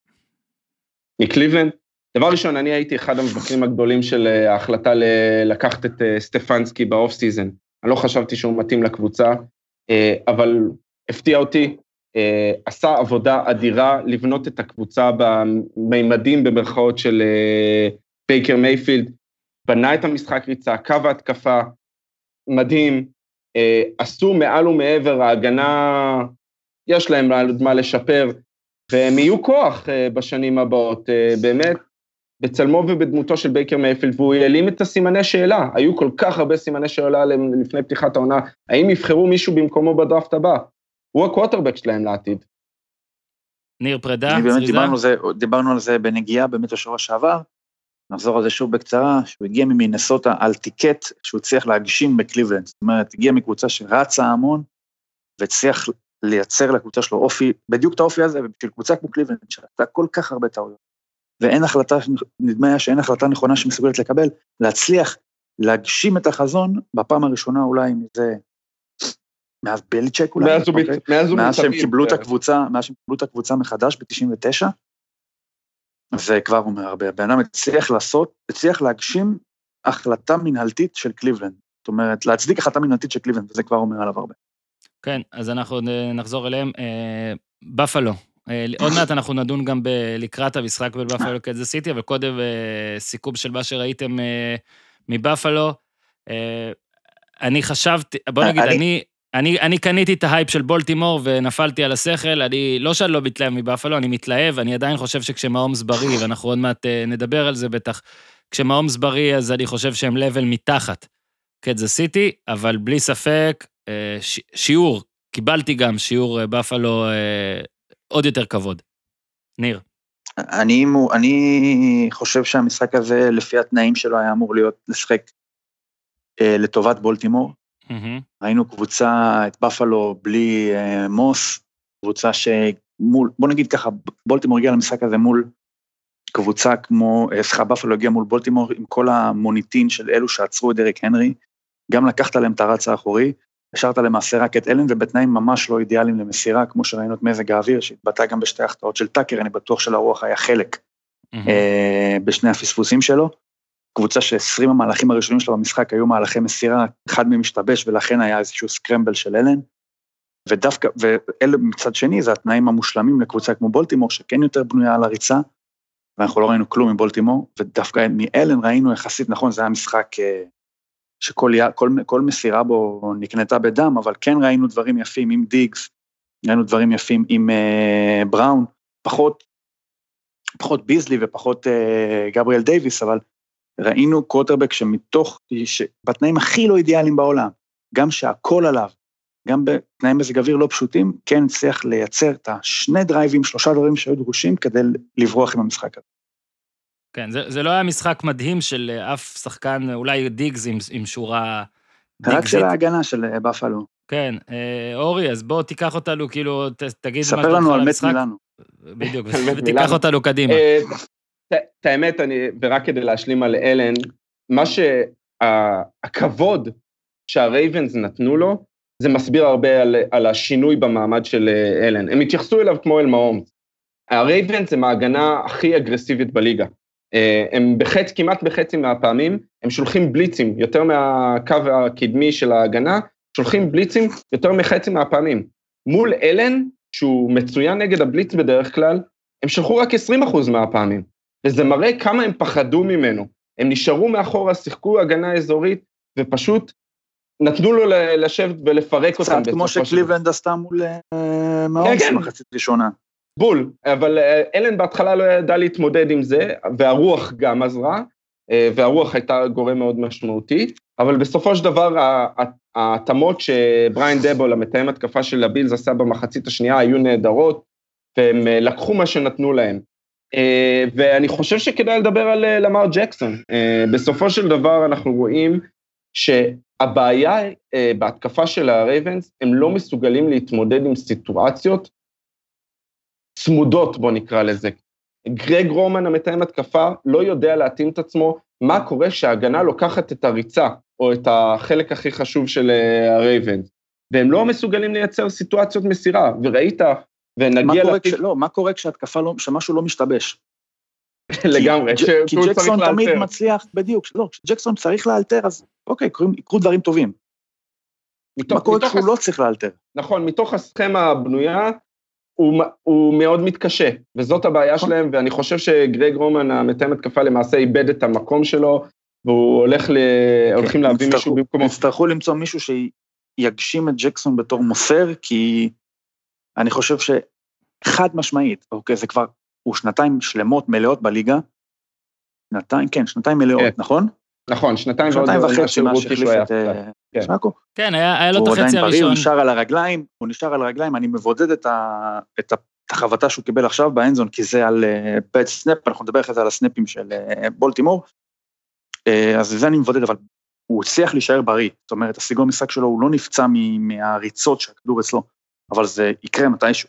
מקליבלנד? דבר ראשון, אני הייתי אחד המבקרים הגדולים של ההחלטה לקחת את סטפנסקי באוף סיזן. אני לא חשבתי שהוא מתאים לקבוצה, אבל הפתיע אותי, עשה עבודה אדירה לבנות את הקבוצה במימדים במרכאות של בייקר מייפילד, בנה את המשחק ריצה, קו ההתקפה, מדהים, עשו מעל ומעבר, ההגנה, יש להם מה לשפר, והם יהיו כוח בשנים הבאות, באמת, בצלמו ובדמותו של בייקר מייפילד, והוא העלים את הסימני שאלה, היו כל כך הרבה סימני שאלה לפני פתיחת העונה, האם יבחרו מישהו במקומו בדראפט הבא? הוא הקווטרבק שלהם לעתיד. ניר פרדה, באמת דיברנו, זה, דיברנו על זה בנגיעה באמת השבוע שעבר, נחזור על זה שוב בקצרה, שהוא הגיע ממינסוטה על טיקט, שהוא הצליח להגשים בקליבלנד, זאת אומרת, הגיע מקבוצה שרצה המון, והצליח לייצר לקבוצה שלו אופי, בדיוק את האופי הזה, ובשביל קבוצה כמו קליבלנד, שעשתה כל כך הרבה טעויות, ואין החלטה, נדמה שאין החלטה נכונה שמסוגלת לקבל, להצליח להגשים את החזון, בפעם הראשונה אולי מזה, מאז בליצ'ק אולי, מאז, אוקיי? מאז, מאז שהם קיבלו את הקבוצה, מאז שהם קיבלו את הקבוצה מחדש ב-תשעים ותשע, זה כבר אומר הרבה, בן אדם הצליח לעשות, הצליח להגשים החלטה מנהלתית של קליבלנד, זאת אומרת, להצדיק החלטה מנהלתית של קליבלנד, וזה כבר אומר עליו הרבה. כן, אז אנחנו נחזור אליהם, בפלו, עוד מעט אנחנו נדון גם לקראת המשחק בין בפלו לקנזס סיטי, אבל קודם סיכום של מה שראיתם מבפלו, אני חשבתי, בוא נגיד, אני... אני, אני קניתי את ההייפ של בולטימור ונפלתי על השכל, אני לא שאני לא מתלהב מבאפלו, אני מתלהב, אני עדיין חושב שכשמהומס בריא, ואנחנו עוד מעט נדבר על זה בטח, כשמהומס בריא, אז אני חושב שהם לבל מתחת קנזס סיטי, אבל בלי ספק, ש, שיעור, קיבלתי גם שיעור באפלו עוד יותר כבוד. ניר. אני, אני חושב שהמשחק הזה, לפי התנאים שלו, היה אמור להיות לשחק לטובת בולטימור, ראינו קבוצה, את בפלו בלי uh, מוס, קבוצה שמול, בוא נגיד ככה, בולטימור הגיע למשחק הזה מול קבוצה כמו, סליחה, בפלו הגיע מול בולטימור עם כל המוניטין של אלו שעצרו את דריק הנרי, גם לקחת להם את הרץ האחורי, השארת למעשה רק את אלן, ובתנאים ממש לא אידיאליים למסירה, כמו שראינו את מזג האוויר, שהתבטא גם בשתי החטאות של טאקר, אני בטוח של הרוח היה חלק mm-hmm. uh, בשני הפספוסים שלו, קבוצה ש-עשרים המהלכים הראשונים שלה במשחק היו מהלכי מסירה, אחד מהם משתבש, ולכן היה איזשהו סקרמבל של אלן, ודווקא, ואלה מצד שני, זה התנאים המושלמים לקבוצה כמו בולטימור, שכן יותר בנויה על הריצה, ואנחנו לא ראינו כלום מבולטימור, ודווקא מאלן ראינו יחסית, נכון, זה היה משחק שכל כל, כל מסירה בו נקנתה בדם, אבל כן ראינו דברים יפים עם דיגס, ראינו דברים יפים עם uh, בראון, פחות, פחות ביזלי ופחות uh, גבריאל דייביס, אבל ראינו קווטרבק שמתוך, בתנאים הכי לא אידיאליים בעולם, גם שהכל עליו, גם בתנאים מזג אוויר לא פשוטים, כן צריך לייצר את השני דרייבים, שלושה דברים שהיו דרושים, כדי לברוח עם המשחק הזה. כן, זה, זה לא היה משחק מדהים של אף שחקן, אולי דיגס עם, עם שורה... רק דיגזית. של ההגנה של בפלו. כן, אורי, אז בוא תיקח אותנו, כאילו, ת, תגיד... ספר לנו על מת מילאנו. בדיוק, ותיקח אותנו קדימה. את האמת, אני, ורק כדי להשלים על אלן, מה שהכבוד שהרייבנס נתנו לו, זה מסביר הרבה על, על השינוי במעמד של אלן. הם התייחסו אליו כמו אל מהומס. הרייבנס הם ההגנה הכי אגרסיבית בליגה. הם בחצי, כמעט בחצי מהפעמים, הם שולחים בליצים, יותר מהקו הקדמי של ההגנה, שולחים בליצים יותר מחצי מהפעמים. מול אלן, שהוא מצוין נגד הבליץ בדרך כלל, הם שלחו רק עשרים אחוז מהפעמים. וזה מראה כמה הם פחדו ממנו. הם נשארו מאחורה, שיחקו הגנה אזורית, ופשוט נתנו לו לשבת ולפרק אותם. קצת כמו שקליבלנד עשתה מול מאונס מחצית ראשונה. בול, אבל אלן בהתחלה לא ידע להתמודד עם זה, והרוח גם עזרה, והרוח הייתה גורם מאוד משמעותי, אבל בסופו של דבר, ההתאמות שבריין דאבול, המתאם התקפה של הבילס, עשה במחצית השנייה, היו נהדרות, והם לקחו מה שנתנו להם. ואני חושב שכדאי לדבר על למר ג'קסון. בסופו של דבר אנחנו רואים שהבעיה בהתקפה של הרייבנס, הם לא מסוגלים להתמודד עם סיטואציות צמודות, בוא נקרא לזה. גרג רומן, המתאם התקפה, לא יודע להתאים את עצמו, מה קורה שההגנה לוקחת את הריצה, או את החלק הכי חשוב של הרייבנס, והם לא מסוגלים לייצר סיטואציות מסירה, וראית, ונגיע... לא, מה קורה כשהתקפה לא, שמשהו לא משתבש? לגמרי. כי ג'קסון תמיד מצליח, בדיוק, לא, כשג'קסון צריך לאלתר, אז אוקיי, יקרו דברים טובים. מה קורה כשהוא לא צריך לאלתר? נכון, מתוך הסכמה הבנויה, הוא, הוא מאוד מתקשה, וזאת הבעיה שלהם, ואני חושב שגרג רומן, המתאם התקפה, למעשה איבד את המקום שלו, והוא הולך ל... הולכים להביא מישהו במקומו. יצטרכו למצוא מישהו שיגשים את ג'קסון בתור מוסר, כי אני חושב שחד משמעית, אוקיי, זה כבר, הוא שנתיים שלמות מלאות בליגה, שנתיים, כן, שנתיים מלאות, נכון? נכון, שנתיים וחצי מה שהחליף את שנקו. כן, היה לו את החצי הראשון. הוא נשאר על הרגליים, הוא נשאר על הרגליים, אני מבודד את החבטה שהוא קיבל עכשיו באנזון, כי זה על בית סנאפ, אנחנו נדבר אחרי זה על הסנאפים של בולטימור, אז זה אני מבודד, אבל הוא הצליח להישאר בריא, זאת אומרת, הסיגור משחק שלו, הוא לא נפצע מהריצות שהכדור אצלו, אבל זה יקרה מתישהו.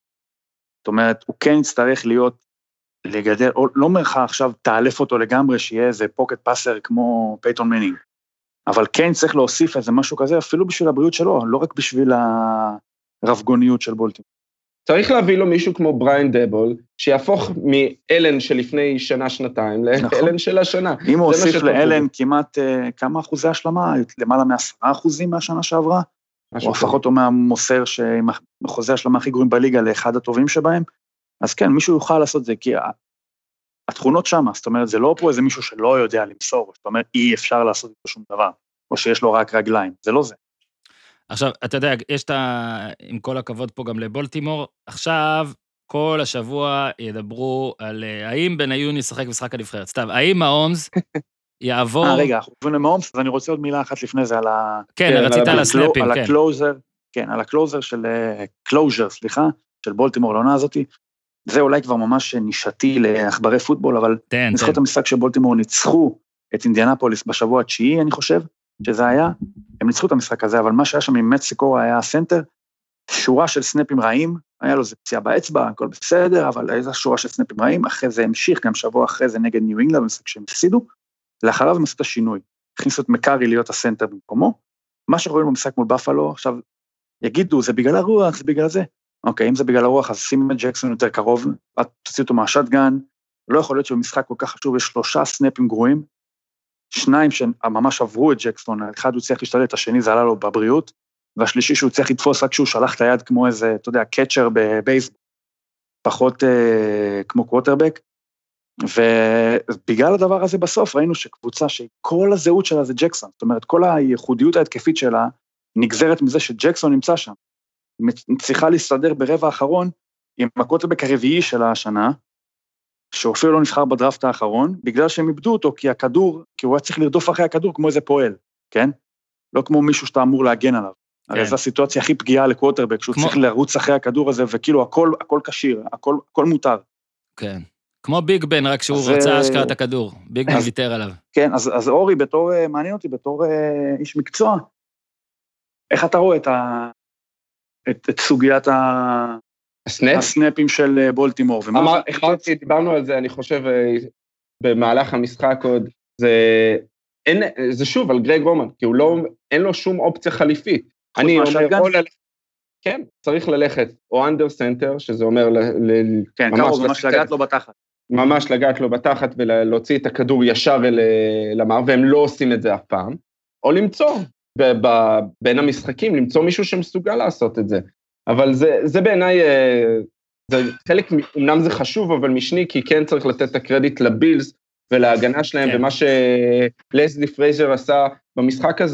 זאת אומרת, הוא כן יצטרך להיות, לגדל, או לא אומר לך עכשיו, תאלף אותו לגמרי, שיהיה איזה פוקט פאסר כמו פייטון מנינג, אבל כן צריך להוסיף איזה משהו כזה, אפילו בשביל הבריאות שלו, לא רק בשביל הרבגוניות של בולטימור. צריך להביא לו מישהו כמו בריין דאבול, שיהפוך מאלן שלפני שנה, שנתיים, לאלן של השנה. אם הוא הוסיף לאלן כמעט כמה אחוזי השלמה, למעלה מעשרה אחוזים מהשנה שעברה, או הפך אותו מהמוסר שעם אחוזי השלמה הכי גרועים בליגה לאחד הטובים שבהם, אז כן, מישהו יוכל לעשות זה, כי התכונות שמה, זאת אומרת, זה לא פה איזה מישהו שלא יודע למסור, זאת אומרת, אי אפשר לעשות איתו שום דבר, או שיש לו רק רגליים, זה לא זה. עכשיו, אתה יודע, יש את ה... עם כל הכבוד פה גם לבולטימור, עכשיו כל השבוע ידברו על האם בניון ישחק משחק הנבחרת. סתם, האם מאומס יעבור... אה, רגע, אנחנו עוברים למאומס, אז אני רוצה עוד מילה אחת לפני זה על ה... כן, רצית על הסנאפים, כן. על הקלוזר, כן, על הקלוזר של... קלוז'ר, סליחה, של בולטימור, לעונה הזאת, זה אולי כבר ממש נישתי לאחברי פוטבול, אבל נזכור את המשחק שבולטימור ניצחו את אינדיאנפוליס בשבוע התשיעי, אני חושב, שזה היה, הם ניצחו את המשחק הזה, אבל מה שהיה שם עם מקסיקו היה הסנטר, שורה של סנאפים רעים, היה לו זה פציעה באצבע, הכל בסדר, אבל הייתה שורה של סנאפים רעים, אחרי זה המשיך, גם שבוע אחרי זה נגד ניו אינגלנד, במשחק שהם הפסידו, לאחריו הם עשו את השינוי, הכניסו את מקארי להיות הסנטר במקומו, מה שרואים במשחק מול בפלו, עכשיו יגידו, זה בגלל הרוח, זה בגלל זה, אוקיי, אם זה בגלל הרוח, אז שים את ג'קסון יותר קרוב, את תוציא אותו מהשטגן, לא יכול להיות שבמשחק כל כך חשוב, יש שלושה סנאפים גרועים, שניים שממש עברו את ג'קסון, אחד הוא צריך להשתלט, השני זה עלה לו בבריאות, והשלישי שהוא צריך לתפוס רק כשהוא שלח את היד כמו איזה, אתה יודע, קצ'ר בבייסבול, פחות אה, כמו קווטרבק, ובגלל הדבר הזה בסוף ראינו שקבוצה שכל הזהות שלה זה ג'קסון, זאת אומרת, כל הייחודיות ההתקפית שלה נגזרת מזה שג'קסון נמצא שם, צריכה להסתדר ברבע האחרון עם הקווטרבק הרביעי של השנה, שהוא אפילו לא נבחר בדראפט האחרון, בגלל שהם איבדו אותו, כי הכדור, כי הוא היה צריך לרדוף אחרי הכדור כמו איזה פועל, כן? לא כמו מישהו שאתה אמור להגן עליו. כן. הרי זו הסיטואציה הכי פגיעה לקווטרבק, שהוא כמו... צריך לרוץ אחרי הכדור הזה, וכאילו הכל, הכל קשיר, הכל, הכל מותר. כן. כמו ביג בן, רק שהוא אז... רצה השקעת את הכדור. ביג בן ויתר עליו. כן, אז, אז אורי, בתור, מעניין אותי, בתור איש מקצוע, איך אתה רואה את, ה... את, את סוגיית ה... הסנאפ? הסנאפים של בולטימור. אמר, החלטתי, דיברנו על זה, אני חושב, במהלך המשחק עוד, זה, אין, זה שוב על גרג רומן, כי הוא לא, אין לו שום אופציה חליפית. אני אומר, או ללכת, כן, צריך ללכת, או אנדר סנטר, שזה אומר, ל, ל, כן, ממש, ממש לגעת לו בתחת. ממש לגעת לו בתחת, ולהוציא את הכדור ישר אל, למר, והם לא עושים את זה אף פעם, או למצוא, ב, ב, בין המשחקים, למצוא מישהו שמסוגל לעשות את זה. אבל זה, זה בעיניי, זה חלק, אמנם זה חשוב, אבל משני, כי כן צריך לתת את הקרדיט לבילס, ולהגנה שלהם, כן. ומה שלסלי פרייזר עשה במשחק הזה,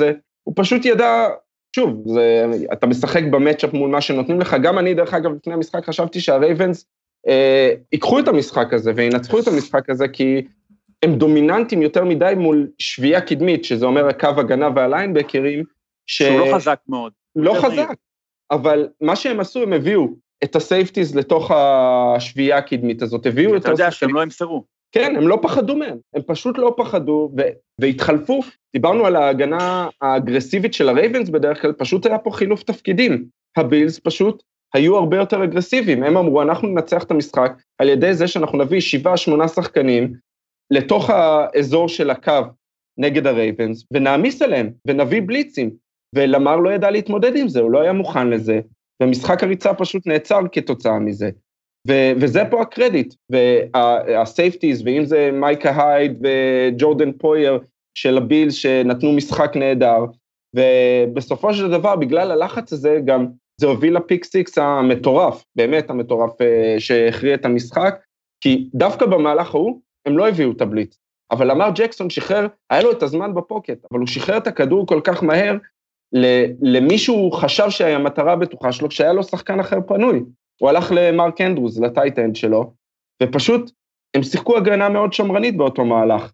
הוא פשוט ידע, שוב, זה, אתה משחק במצ'אפ מול מה שנותנים לך, גם אני דרך אגב לפני המשחק חשבתי שהרייבנס אה, ייקחו את המשחק הזה וינצחו את המשחק הזה, כי הם דומיננטים יותר מדי מול שביעה קדמית, שזה אומר הקו הגנה והליינבקרים, ש... שהוא לא חזק מאוד. לא חזק, אבל מה שהם עשו, הם הביאו את הסייפטיז לתוך השביעה הקדמית הזאת, הביאו את... אתה יודע שהם לא ימסרו. כן, הם לא פחדו מהם, הם פשוט לא פחדו, ו... והתחלפו, דיברנו על ההגנה האגרסיבית של הרייבנס בדרך כלל, פשוט היה פה חילוף תפקידים, הבילס פשוט היו הרבה יותר אגרסיביים, הם אמרו, אנחנו ננצח את המשחק, על ידי זה שאנחנו נביא שבעה, שמונה שחקנים, לתוך האזור של הקו נגד הרייבנס, ונעמיס עליהם, ונביא בליצים, ולמר לא ידע להתמודד עם זה, הוא לא היה מוכן לזה, ומשחק הריצה פשוט נעצר כתוצאה מזה, ו- וזה פה הקרדיט, והסייפטיז, ואם זה מייקה הייד וג'ורדן פויר של הבילס שנתנו משחק נהדר, ובסופו של דבר, בגלל הלחץ הזה, גם זה הוביל לפיק סיקס המטורף, באמת המטורף שהכריע את המשחק, כי דווקא במהלך ההוא, הם לא הביאו את הבליץ, אבל אמר ג'קסון שחרר, היה לו את הזמן בפוקט, אבל הוא שחרר את הכדור כל כך מהר, למישהו חשב שהיה מטרה בטוחה שלו, כשהיה לו שחקן אחר פנוי, הוא הלך למרק אנדרוס, לטייטנד שלו, ופשוט הם שיחקו הגנה מאוד שמרנית באותו מהלך,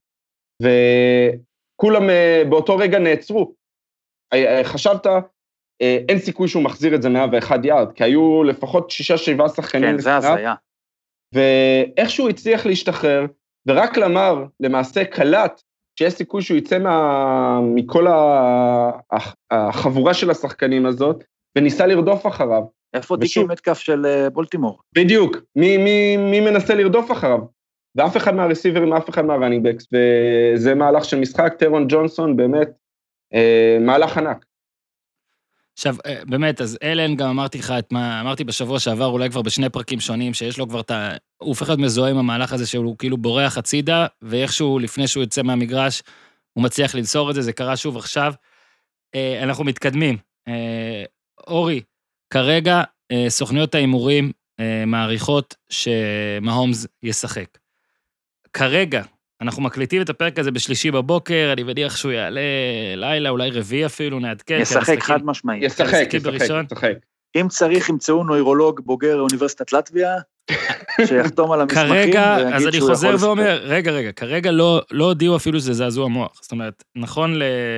וכולם באותו רגע נעצרו, חשבת, אין סיכוי שהוא מחזיר את זה מאה ואחד יארד, כי היו לפחות שישה שבעה שחקנים, כן, זה הזיה. ואיכשהו הצליח להשתחרר, ורק למר, למעשה קלט, שיש סיכוי שהוא יצא מה, מכל החבורה של השחקנים הזאת, וניסה לרדוף אחריו. איפה דיקי מתקף של בולטימור? בדיוק, מי, מי, מי מנסה לרדוף אחריו? ואף אחד מהרסיברים, אף אחד מהרנינג בקס, וזה מהלך של משחק, טרון ג'ונסון, באמת, אה, מהלך ענק. עכשיו, באמת, אז אלן, גם אמרתי לך את מה, אמרתי בשבוע שעבר, אולי כבר בשני פרקים שונים, שיש לו כבר את ה... הוא הופך להיות מזוהה עם המהלך הזה, שהוא כאילו בורח הצידה, ואיכשהו לפני שהוא יוצא מהמגרש, הוא מצליח לנסור את זה, זה קרה שוב עכשיו. אנחנו מתקדמים. אורי, כרגע סוכניות האימורים מעריכות שמהומס ישחק. כרגע, אנחנו מקליטים את הפרק הזה בשלישי בבוקר, אני מניח שהוא יעלה לילה, אולי רביעי אפילו, נעדכן. ישחק חד משמעי. ישחק, ישחק, ישחק. אם צריך, ימצאו נוירולוג בוגר אוניברסיטת לטביה, שיחתום על המסמכים. כרגע, אז אני חוזר ואומר, רגע, רגע, כרגע לא הודיעו אפילו שזה זעזוע מוח. זאת אומרת, נכון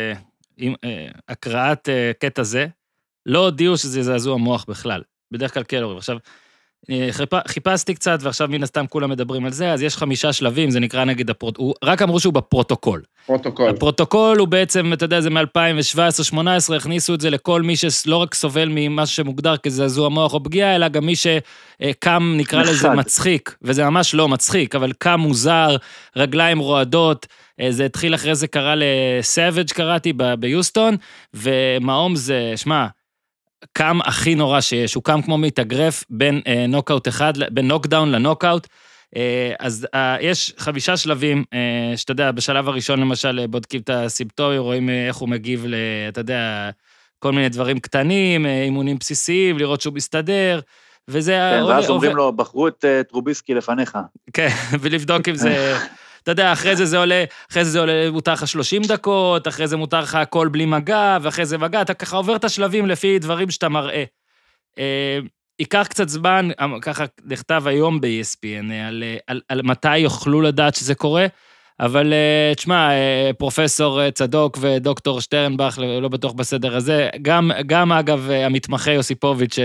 להקראת קטע זה, לא הודיעו שזה זעזוע מוח בכלל. בדרך כלל כן, עכשיו, חיפשתי קצת, ועכשיו מן הסתם כולם מדברים על זה, אז יש חמישה שלבים, זה נקרא נגד הפרוטוקול, רק אמרו שהוא בפרוטוקול. פרוטוקול. הפרוטוקול הוא בעצם, אתה יודע, זה מ-אלפיים שבע עשרה שמונה עשרה, הכניסו את זה לכל מי שלא רק סובל ממה שמוגדר כזעזוע מוח או פגיעה, אלא גם מי שקם, נקרא לזה מצחיק, וזה ממש לא מצחיק, אבל קם מוזר, רגליים רועדות, זה התחיל אחרי זה קרה לסאביג' קראתי ביוסטון, ומהום זה, שמה, קם הכי נורא שיש, הוא קם כמו מתאגרף בין אה, נוקאוט אחד, בין נוקדאון לנוקאוט, אה, אז אה, יש חמישה שלבים, אה, שאתה יודע, בשלב הראשון למשל בודקים את הסימפטומים, רואים אה, איך הוא מגיב ל, אתה יודע, כל מיני דברים קטנים, אה, אימונים בסיסיים, לראות שהוא מסתדר, וזה... כן, ואז אומרים לו, בחרו את uh, טרוביסקי לפניך. כן, ולבדוק אם זה... אתה יודע, אחרי זה זה עולה, אחרי זה זה עולה, מותר לך שלושים דקות, אחרי זה מותר לך הכל בלי מגע, ואחרי זה מגע, אתה ככה עובר את השלבים לפי דברים שאתה מראה. אה, ייקח קצת זמן, ככה נכתב היום ב-E S P N, על, על, על מתי יוכלו לדעת שזה קורה, אבל תשמע, פרופסור צדוק ודוקטור שטרנבך, לא בטוח בסדר הזה, גם, גם אגב המתמחה יוסיפוביץ'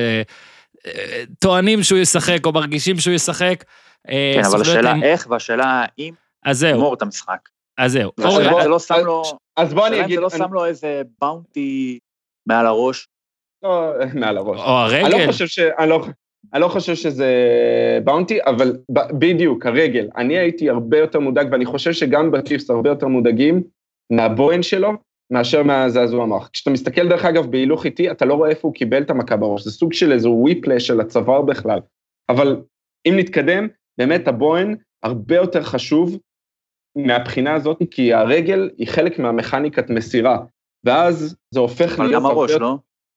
טוענים שהוא ישחק, או מרגישים שהוא ישחק. כן, אבל השאלה איך, והשאלה אם, אז זהו. אמור את המשחק. אז זהו. זה לא שם לו, אז בוא אני אגיד, זה לא שם לו איזה באונטי מעל הראש. לא, מעל הראש. או הרגל. אני לא חושב ש... אני לא... אני לא חושב שזה באונטי, אבל בדיוק, הרגל. אני הייתי הרבה יותר מודאג, ואני חושב שגם בצ'יפס הרבה יותר מודאגים מהבוין שלו, מאשר מהזעזוע המוח. כשאתה מסתכל דרך אגב בהילוך איתי, אתה לא רואה איפה הוא קיבל את המכה בראש. זה סוג של איזו וויפלש של הצוואר בכלל. אבל אם נתקדם, באמת הבוין הרבה יותר חשוב מהבחינה הזאת, כי הרגל היא חלק מהמכניקת מסירה, ואז זה הופך להיות... אבל גם הראש, לא?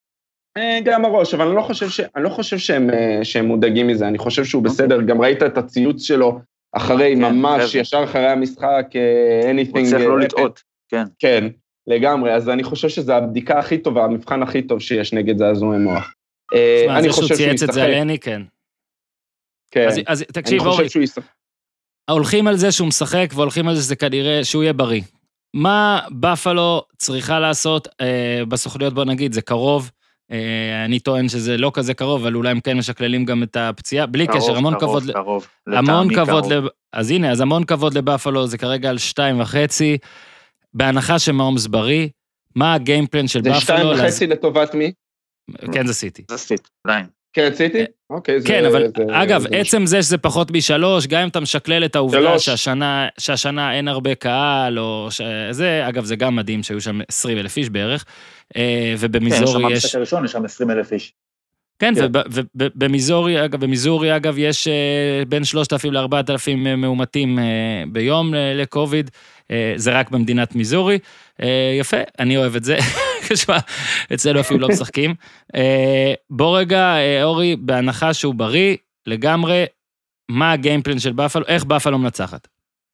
גם הראש, אבל אני לא חושב, ש... אני לא חושב שהם, שהם מודאגים מזה, אני חושב שהוא בסדר, גם ראית את הציוץ שלו אחרי, ממש ישר אחרי המשחק, anything... הוא צריך לא לטעות, כן. כן, לגמרי, אז אני חושב שזו הבדיקה הכי טובה, המבחן הכי טוב שיש נגד זעזועי מוח. אני חושב שהוא צייץ את זה עליני, כן. כן, אז תקשיב, אורי, הולכים על זה שהוא משחק, והולכים על זה שזה כנראה שהוא יהיה בריא. מה בפלו צריכה לעשות בסוכניות, בוא נגיד, זה קרוב, אני טוען שזה לא כזה קרוב, אבל אולי הם כן משקללים גם את הפציעה, בלי קשר, המון כבוד, המון כבוד, אז הנה, אז המון כבוד לבפלו, זה כרגע על שתיים וחצי, בהנחה שמהומס בריא, מה הגיימפלן של בפלו? זה שתיים וחצי לטובת מי? כן, זה סיטי. זה סיטי, עדיין. כן, ציתי? אוקיי. כן, אבל אגב, עצם זה שזה פחות משלוש, גם אם אתה משקלל את העובדה שהשנה אין הרבה קהל, או שזה, אגב, זה גם מדהים שהיו שם עשרים אלף איש בערך, ובמיזורי יש... כן, שם המשחק הראשון, יש שם עשרים אלף איש. כן, ובמיזורי, אגב, במיזורי, אגב, יש בין שלושת אלפים לארבעת אלפים מאומתים ביום לקוביד, זה רק במדינת מיזורי, יפה, אני אוהב את זה, אצלנו אפילו לא משחקים. בוא רגע, אורי, בהנחה שהוא בריא, לגמרי, מה הגיימפלן של בפלו, איך בפלו מנצחת?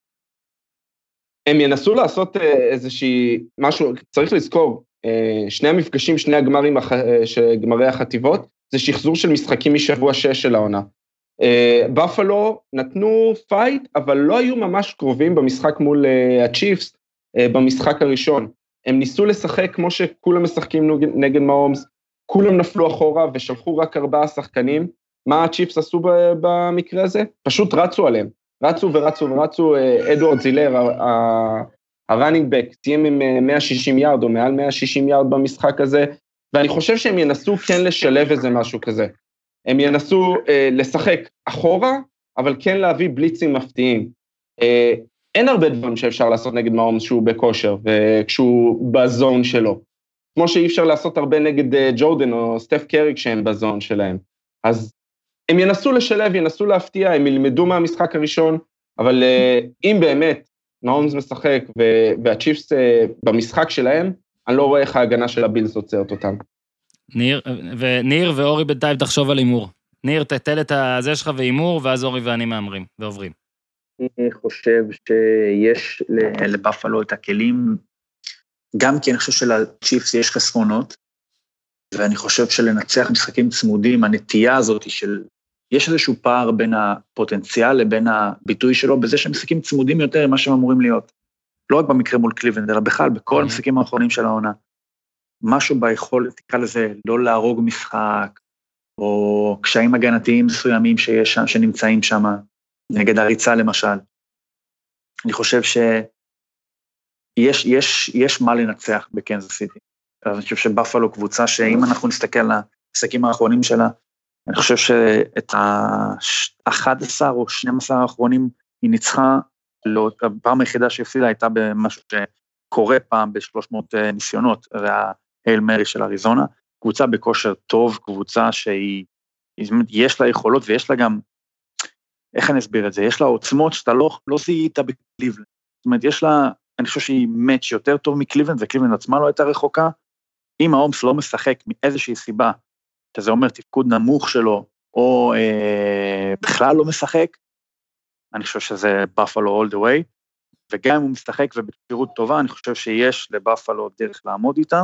הם ינסו לעשות איזושהי, משהו, צריך לזכור, שני המפגשים, שני הגמרים, גמרי החטיבות, זה שחזור של משחקים משבוע שש של העונה. בפלו נתנו פייט, אבל לא היו ממש קרובים במשחק מול הצ'יפס, במשחק הראשון. הם ניסו לשחק כמו שכולם משחקים נגד מהומס, כולם נפלו אחורה ושלחו רק ארבעה שחקנים. מה הצ'יפס עשו במקרה הזה? פשוט רצו עליהם. רצו ורצו ורצו, אדוארד זילר, הראנינג בק, סיים עם מאה ושישים יארד או מעל מאה ושישים יארד במשחק הזה, ואני חושב שהם ינסו כן לשלב איזה משהו כזה. הם ינסו אה, לשחק אחורה, אבל כן להביא בליצים מפתיעים. אה, אין הרבה דברים שאפשר לעשות נגד מהומס שהוא בכושר, וכשהוא בזון שלו. כמו שאי אפשר לעשות הרבה נגד אה, ג'ורדן או סטף קרי כשהם בזון שלהם. אז הם ינסו לשלב, ינסו להפתיע, הם ילמדו מהמשחק הראשון, אבל אה, אם באמת מהומס משחק והצ'יפס אה, במשחק שלהם, אני לא רואה איך ההגנה של הבילס עוצרת אותם. ניר, וניר ואורי בינתיים תחשוב על אימור. ניר, תתל את הזה שלך ואימור, ואז אורי ואני מאמרים ועוברים. אני חושב שיש לבפלו את הכלים, גם כי אני חושב שלצ'יפס יש חסרונות, ואני חושב שלנצח משחקים צמודים, הנטייה הזאת של, יש איזשהו פער בין הפוטנציאל לבין הביטוי שלו, בזה שמשחקים צמודים יותר ממה שהם אמורים להיות. לא רק במקרה מול קליבלנד, אלא בכלל, בכל המשחקים האחרונים של העונה. משהו ביכולת, תקרא לזה, לא להרוג משחק, או קשיים הגנתיים מסוימים שיש שם, שנמצאים שם, נגד הריצה למשל. אני חושב שיש יש, יש מה לנצח בקנזס סיטי. אז אני חושב שבפלו קבוצה, שאם אנחנו נסתכל על המשחקים האחרונים שלה, אני חושב שאת ה-אחד עשר או שנים עשר האחרונים היא ניצחה, לא, הפעם היחידה שהפסידה הייתה במשהו שקורה פעם ב-שלוש מאות ניסיונות, זה ההייל מרי של אריזונה, קבוצה בכושר טוב, קבוצה שהיא, יש לה יכולות ויש לה גם, איך אני אסביר את זה, יש לה עוצמות שאתה לא, לא זיהית בקליבלנד, זאת אומרת, יש לה, אני חושב שהיא מאץ' יותר טוב מקליבלנד, וקליבלנד עצמה לא הייתה רחוקה, אם ההומס לא משחק מאיזושהי סיבה, שזה אומר תפקוד נמוך שלו, או אה, בכלל לא משחק, אני חושב שזה בפלו all the way, וגם אם הוא משחק ובקפירות טובה, אני חושב שיש לבפלו דרך לעמוד איתם,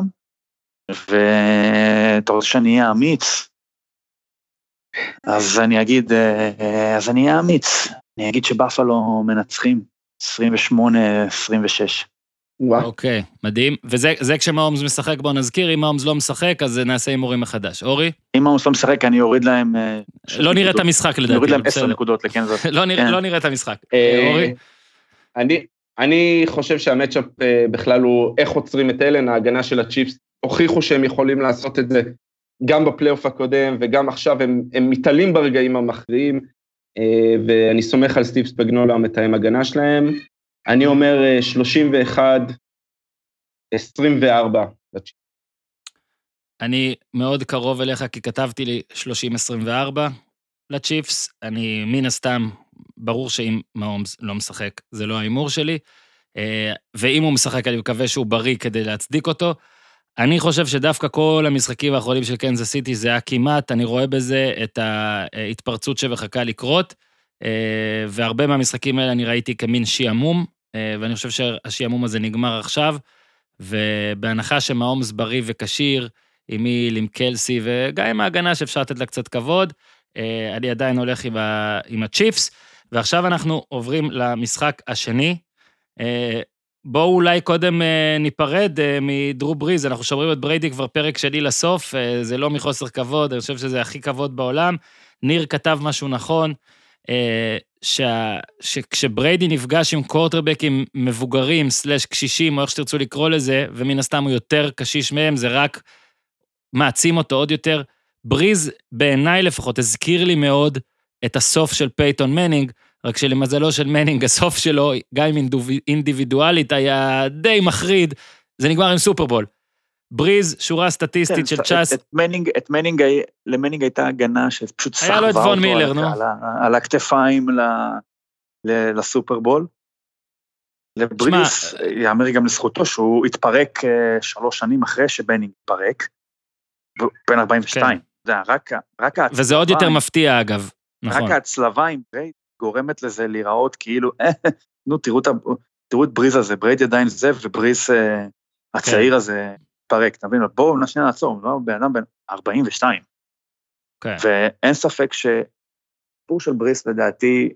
ואתה רוצה שאני אהיה אמיץ, אז אני אגיד, אז אני אהיה אמיץ, אני אגיד שבפלו מנצחים, עשרים ושמונה עשרים ושש. אוקיי, מדהים, וזה כשמהומס משחק, בוא נזכיר, אם מהומס לא משחק, אז נעשה הימורים מחדש. אורי? אם מהומס לא משחק, אני אוריד להם... לא נראה את המשחק לדעתי. אני אוריד להם עשר נקודות לקנזס. לא נראה את המשחק. אורי? אני חושב שהמאצ'אפ בכלל הוא איך עוצרים את אלן, ההגנה של הצ'יפס, הוכיחו שהם יכולים לעשות את זה גם בפלייאוף הקודם, וגם עכשיו הם, הם מתעלים ברגעים המכריעים, ואני סומך על סטיב ספגנולו, המתאם הגנה שלהם. אני אומר שלושים ואחת עשרים וארבע. אני מאוד קרוב אליך, כי כתבתי לי שלושים עשרים וארבע לצ'יפס, אני מן הסתם, ברור שאם מהומס לא משחק, זה לא האימור שלי, ואם הוא משחק, אני מקווה שהוא בריא כדי להצדיק אותו. אני חושב שדווקא כל המשחקים האחרונים של קנזס סיטי, זה היה כמעט, אני רואה בזה את ההתפרצות שמחכה לקרות, והרבה מהמשחקים האלה אני ראיתי כמין שיעמום, ואני חושב שהשיעמום הזה נגמר עכשיו, ובהנחה שמהומס בריא וקשיר, עם מיל, עם קלסי, וגם עם ההגנה שאפשר לתת לה קצת כבוד, אני עדיין הולך עם, ה, עם הצ'יפס, ועכשיו אנחנו עוברים למשחק השני. בואו אולי קודם ניפרד מדרו בריז, אנחנו שומרים את בריידי כבר פרק שני לסוף, זה לא מחוסר כבוד, אני חושב שזה הכי כבוד בעולם. ניר כתב משהו נכון, שה, שכשבריידי נפגש עם קורטרבקים מבוגרים, סלש קשישים, או איך שתרצו לקרוא לזה, ומן הסתם הוא יותר קשיש מהם, זה רק מעצים אותו עוד יותר. בריז בעיניי לפחות הזכיר לי מאוד את הסוף של פייטון מנינג, רק שלמזלו של מנינג, הסוף שלו, גם אם אינדיבידואלית, היה די מחריד, זה נגמר עם סופרבול. בריז, שורה סטטיסטית של צ'אס. את מנינג, את מנינג, למנינג הייתה הגנה שפשוט סחבה אותו. היה לו את וון מילר, נו. על הכתפיים לסופרבול. לבריז, יאמר גם לזכותו, שהוא התפרק שלוש שנים אחרי שבנינג התפרק, בין ארבעים ושתיים. זה רק, רק ההצלבה. וזה עוד יותר מפתיע, אגב. נכון. רק ההצלבה עם בריידי גורמת לזה להיראות כאילו, נו, תראו את, תראו את בריז הזה, בריידי עדיין זה, ובריז הצעיר הזה פרק, אתה מבין? בואו נשניה לעצור, לא? בן אדם בן ארבעים ושתיים. ואין ספק שסיפור של בריז, לדעתי,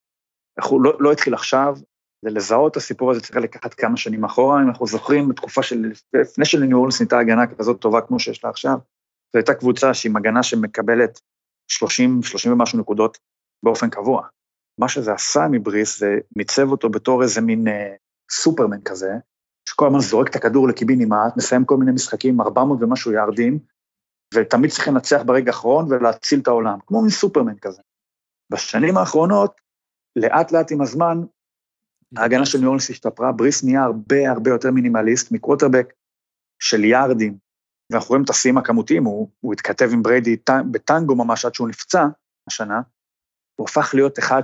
הוא לא, לא התחיל עכשיו, זה לזהות את הסיפור הזה, צריך לקחת כמה שנים אחורה, אם אנחנו זוכרים, בתקופה של, לפני של ניו אורלינס ניתה הגנה כזאת טובה כמו שיש לה עכשיו, זו הייתה קבוצה שהיא הגנה שמקבלת שלושים, שלושים ומשהו נקודות באופן קבוע. מה שזה עשה מבריס, זה מיצב אותו בתור איזה מין אה, סופרמן כזה, שכל הזמן זורק את הכדור לקיבינימט, מסיים כל מיני משחקים, ארבע מאות ומשהו יארדים, ותמיד צריך לנצח ברגע האחרון ולהציל את העולם, כמו מין סופרמן כזה. בשנים האחרונות, לאט לאט עם הזמן, ההגנה של ניו אורלינס השתפרה, בריס נהיה הרבה הרבה יותר מינימליסט, מקווטרבק של יארדים, ואנחנו רואים את השיאים הכמותיים, הוא, הוא התכתב עם בריידי בטנגו ממש עד שהוא נפצע השנה, הוא הפך להיות אחד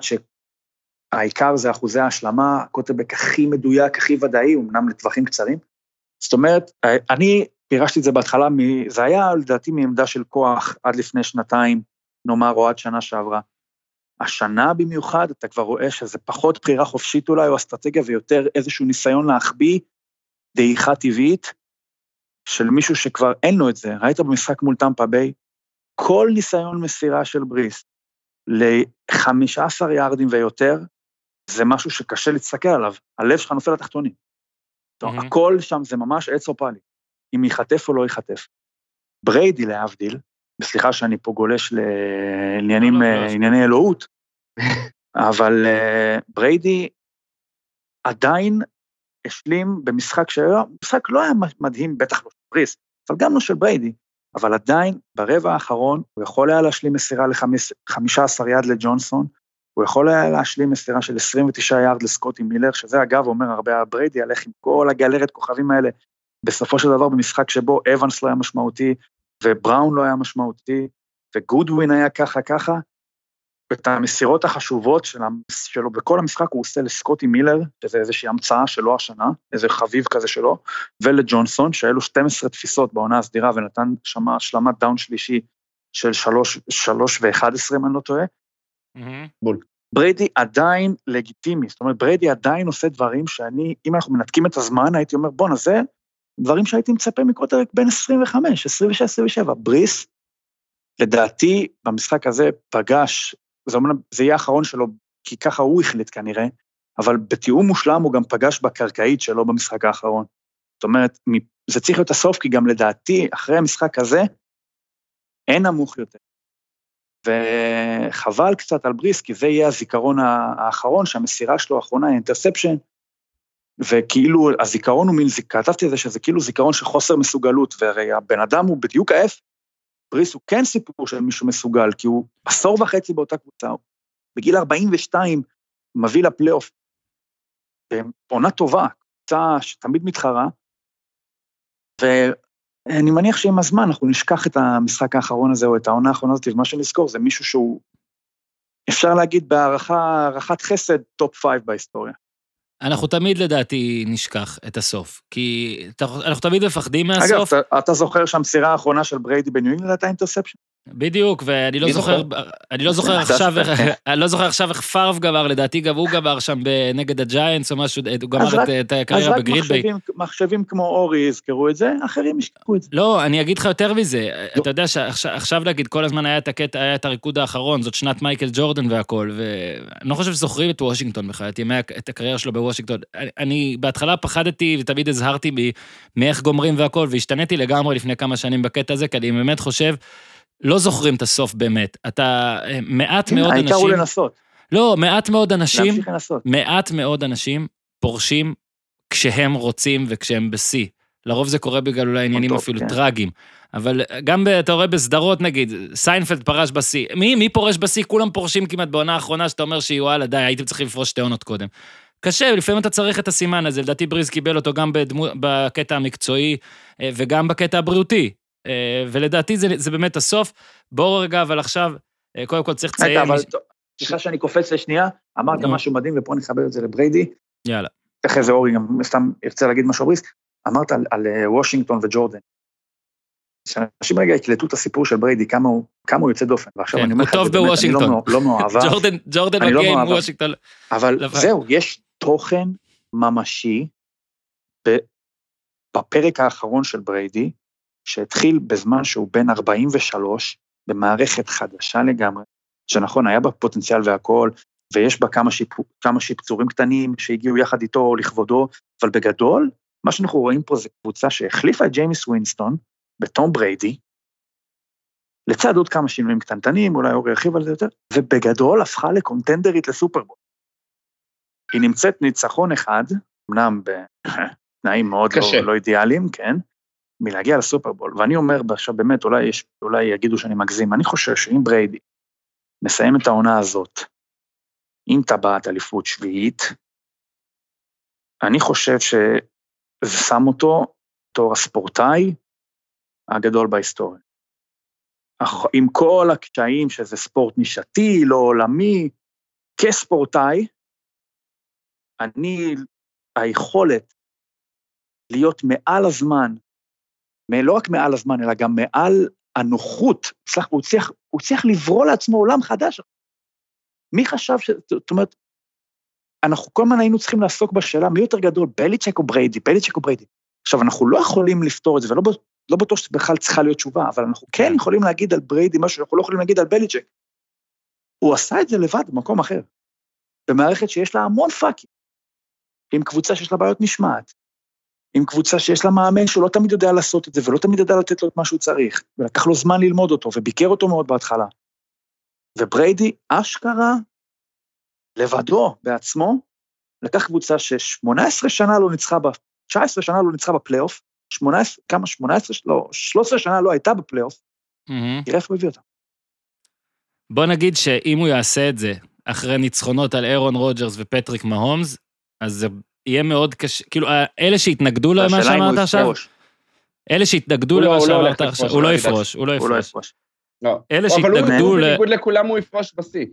שהעיקר זה אחוזי ההשלמה, הקווטרבק הכי מדויק, הכי ודאי, אמנם לטווחים קצרים, זאת אומרת, אני פירשתי את זה בהתחלה, זה היה לדעתי מעמדה של כוח עד לפני שנתיים, נאמר, או עד שנה שעברה, השנה במיוחד, אתה כבר רואה שזה פחות בחירה חופשית אולי, או אסטרטגיה, ויותר איזשהו ניסיון להחביא דעיכה טבעית, של מישהו שכבר אין לו את זה, ראית במשחק מול טמפה ביי, כל ניסיון מסירה של בריס, ל-חמישה עשר יארדים ויותר, זה משהו שקשה להסתכל עליו, הלב שלך נופל לתחתונים. Mm-hmm. הכל שם זה ממש עץ אופלי, אם ייחטף או לא ייחטף. בריידי להבדיל, בסליחה שאני פה גולש לעניינים, ענייני אלוהות, אבל בריידי עדיין השלים במשחק שהיה, משחק לא היה מדהים, בטח לא של בריס, אבל גם לא של בריידי, אבל עדיין ברבע האחרון הוא יכול היה להשלים מסירה ל-חמישה עשר יארד לג'ונסון, הוא יכול היה להשלים מסירה של עשרים ותשעה יארד לסקוטי מילר, שזה אגב אומר הרבה בריידי, הלך עם כל הגלרת כוכבים האלה, בסופו של דבר במשחק שבו אבנס לא היה משמעותי, ובראון לא היה משמעותי, וגודווין היה ככה ככה, את המסירות החשובות שלו בכל המשחק הוא עושה לסקוטי מילר, שזה איזושהי המצאה שלו השנה, איזה חביב כזה שלו, ולג'ונסון, שהיו שתים עשרה תפיסות בעונה הסדירה, ונתן שמה השלמת דאון שלישי של שלוש ו-אחת עשרה, אם אני לא טועה. בול. בריידי עדיין לגיטימי, זאת אומרת, בריידי עדיין עושה דברים שאני, אם אנחנו מנתקים את הזמן, הייתי אומר, בוא נזה, דברים שהייתי מצפה מקווטרבק בין עשרים וחמש, עשרים ושש, עשרים ושבע, בריס, לדעתי, במשחק הזה פגש, זה, זה יהיה האחרון שלו, כי ככה הוא החליט כנראה, אבל בתיאום מושלם הוא גם פגש בקרקעית שלו במשחק האחרון. זאת אומרת, זה צריך להיות הסוף, כי גם לדעתי, אחרי המשחק הזה, אין נמוך יותר. וחבל קצת על בריס, כי זה יהיה הזיכרון האחרון, שהמסירה שלו האחרונה היא אינטרספשן, וכאילו הזיכרון הוא מין, כתבתי את זה שזה כאילו זיכרון של חוסר מסוגלות, והרי הבן אדם הוא בדיוק האף, בריס הוא כן סיפור של מישהו מסוגל, כי הוא עשור וחצי באותה קבוצה, בגיל ארבעים ושתיים מביא לפלייאוף, עונה טובה, קבוצה שתמיד מתחרה, ואני מניח שעם הזמן אנחנו נשכח את המשחק האחרון הזה, או את העונה האחרונה הזאת, ומה שנזכור זה מישהו שהוא, אפשר להגיד בהערכה, הערכת חסד, טופ פייב בהיסטוריה. אנחנו תמיד לדעתי נשכח את הסוף, כי אנחנו תמיד מפחדים מהסוף. אגב, אתה, אתה זוכר שהמסירה האחרונה של בריידי בניו אינגלנד הייתה אינטרספשן? בדיוק, ואני לא זוכר, אני לא זוכר עכשיו, אני לא זוכר עכשיו איך פארב גבר, לדעתי גם הוא גבר שם נגד הג'יינטס או משהו, הוא גמר את הקריירה בגרידביי. אז רק מחשבים כמו אורי יזכרו את זה, אחרים ישכחו את זה. לא, אני אגיד לך יותר מזה, אתה יודע שעכשיו להגיד, כל הזמן היה את הקטע, היה את הריקוד האחרון, זאת שנת מייקל ג'ורדן והכל, ואני לא חושב שזוכרים את וושינגטון בכלל, את הקריירה שלו בוושינגטון. אני בהתחלה פחדתי ותמיד הזהרתי מאיך גומרים והכל, והשתניתי לגמרי לפני כמה שנים בקטע הזה, כי אני באמת חושב לא זוכרים את הסוף באמת. אתה, מעט מאוד אנשים... העיקר הוא לנסות. לא, מעט מאוד אנשים... להמשיך לנסות. מעט מאוד אנשים פורשים כשהם רוצים וכשהם בשיא. לרוב זה קורה בגלל אולי עניינים אפילו טרגיים. אבל גם אתה רואה בסדרות, נגיד, סיינפלד פרש בשיא. מי, מי פורש בשיא? כולם פורשים כמעט בעונה האחרונה, שאתה אומר שיואל, די, הייתם צריכים לפרוש שתי עונות קודם. קשה, לפעמים אתה צריך את הסימן הזה. לדעתי בריז קיבל אותו גם בדמו, בקטע המקצועי וגם בקטע הבריאותי. ולדעתי זה, זה באמת הסוף. בואו רגע, אבל עכשיו, קודם כל צריך לציין... אבל סליחה שאני קופץ לשנייה, אמרת משהו מדהים, ופה נחבר את זה לבריידי. יאללה. אחרי זה אורי גם סתם ירצה להגיד משהו בריס, אמרת על, על וושינגטון וג'ורדן. שאנשים רגע יקלטו את הסיפור של בריידי, כמה הוא, כמה הוא יוצא דופן, ועכשיו אני אומר לך, הוא טוב בוושינגטון. לא, לא מאוהבה. ג'ורדן, ג'ורדן מגיע עם וושינגטון. אבל זהו, יש תוכן ממשי, בפרק האחרון של בריידי, שהתחיל בזמן שהוא בן ארבעים ושלוש, במערכת חדשה לגמרי, שנכון, היה בה פוטנציאל והכל, ויש בה כמה, שיפ... כמה שיפצורים קטנים שהגיעו יחד איתו לכבודו, אבל בגדול, מה שאנחנו רואים פה זה קבוצה שהחליפה את ג'יימיס ווינסטון, בתום בריידי, לצד עוד כמה שינויים קטנטנים, אולי אורי ירחיב על זה יותר, ובגדול הפכה לקונטנדרית לסופרבול. היא נמצאת ניצחון אחד, אמנם בתנאים מאוד לא, לא אידיאליים, כן, מלהגיע לסופרבול, ואני אומר, עכשיו באמת, אולי, יש, אולי יגידו שאני מגזים, אני חושב שאם בריידי מסיים את העונה הזאת, עם טבעת אליפות שביעית, אני חושב שזה שם אותו תור הספורטאי הגדול בהיסטוריה. עם כל הקשיים שזה ספורט נישתי, לא עולמי, כספורטאי, אני, היכולת להיות מעל הזמן, לא רק מעל הזמן, אלא גם מעל הנוחות, הוא צריך, הוא צריך לברוא לעצמו עולם חדש. מי חשב ש... זאת אומרת, אנחנו כל הזמן היינו צריכים לעסוק בשאלה, מי יותר גדול, בליצ'ק או בריידי, בליצ'ק או בריידי. עכשיו, אנחנו לא יכולים לפתור את זה, ולא לא בטוח שבכלל צריכה להיות תשובה, אבל אנחנו כן יכולים להגיד על בריידי משהו, אנחנו לא יכולים להגיד על בליצ'ק. הוא עשה את זה לבד במקום אחר, במערכת שיש לה המון פאקים, עם קבוצה שיש לה בעיות משמעת, עם קבוצה שיש לה מאמן שהוא לא תמיד יודע לעשות את זה, ולא תמיד יודע לתת לו את מה שהוא צריך, ולקח לו זמן ללמוד אותו, וביקר אותו מאוד בהתחלה. ובריידי אשכרה לבדו בעצמו, לקח קבוצה ש-שמונה עשרה שנה לא ניצחה בה, תשע עשרה שנה לא ניצחה בפלייאוף, שמונה עשרה, כמה שמונה עשרה, לא, שלוש עשרה שנה לא הייתה בפלייאוף, תראה איפה הוא הביא אותה. בוא נגיד שאם הוא יעשה את זה, אחרי ניצחונות על אירון רוג'רס ופטריק מהומס, אז זה יהיה מאוד קשה, כאילו, אלה שהתנגדו לו מה שאמרת עכשיו, אלה שהתנגדו לו מה שאמרת עכשיו, הוא לא יפרוש, הוא לא יפרוש. לא, אבל הוא בניגוד לכולם הוא יפרוש בשיא.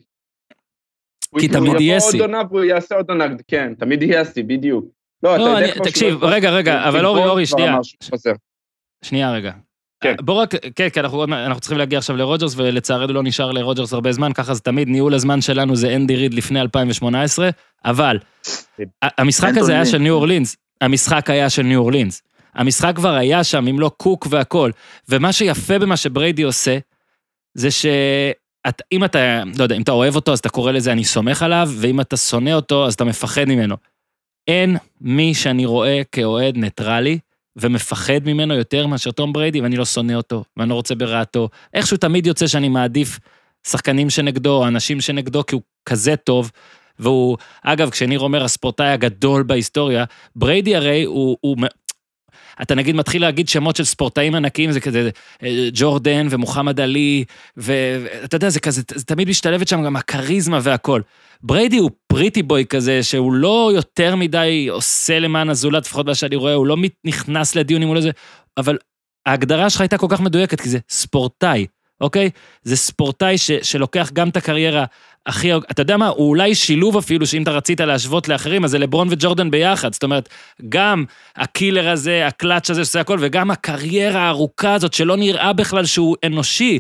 כי תמיד יהיה שיא. הוא יבוא עוד עונה והוא יעשה עוד עונה, כן, תמיד יהיה שיא, בדיוק. לא, אתה יודע כמו תקשיב, רגע, רגע, אבל אורי, אורי, שנייה. שנייה, רגע. בוא רק, כן, כי אנחנו צריכים להגיע עכשיו לרוג'רס, ולצערנו לא נשאר לרוג'רס הרבה זמן, ככה זה תמיד, ניהול הזמן שלנו זה אנדי ריד לפני אלפיים שמונה עשרה, אבל המשחק הזה היה של ניו אורלינס, המשחק היה של ניו אורלינס. המשחק כבר היה שם, אם לא קוק והכל, ומה שיפה במה שבריידי עושה, זה שאם אתה, לא יודע, אם אתה אוהב אותו, אז אתה קורא לזה, אני סומך עליו, ואם אתה שונא אותו, אז אתה מפחד ממנו. אין מי שאני רואה כאוהד ניטרלי, ומפחד ממנו יותר מאשר תום בריידי, ואני לא שונא אותו, ואני לא רוצה ברעתו. איכשהו תמיד יוצא שאני מעדיף שחקנים שנגדו, אנשים שנגדו, כי הוא כזה טוב, והוא, אגב, כשניר אומר, הספורטאי הגדול בהיסטוריה, בריידי הרי הוא, הוא אתה נגיד מתחיל להגיד שמות של ספורטאים ענקיים, זה כזה ג'ורדן ומוחמד עלי, ואתה יודע, זה כזה, זה תמיד משתלבת שם גם הקריזמה והכל. בריידי הוא פריטי בוי כזה, שהוא לא יותר מדי עושה למען הזולת, לפחות מה שאני רואה, הוא לא נכנס לדיונים מול זה, אבל ההגדרה שלך הייתה כל כך מדויקת, כי זה ספורטאי, אוקיי? זה ספורטאי ש, שלוקח גם את הקריירה הכי, אתה יודע מה, הוא אולי שילוב אפילו, שאם אתה רצית להשוות לאחרים, אז זה לברון וג'ורדן ביחד, זאת אומרת, גם הקילר הזה, הקלאץ' הזה, שזה הכל, וגם הקריירה הארוכה הזאת, שלא נראה בכלל שהוא אנושי,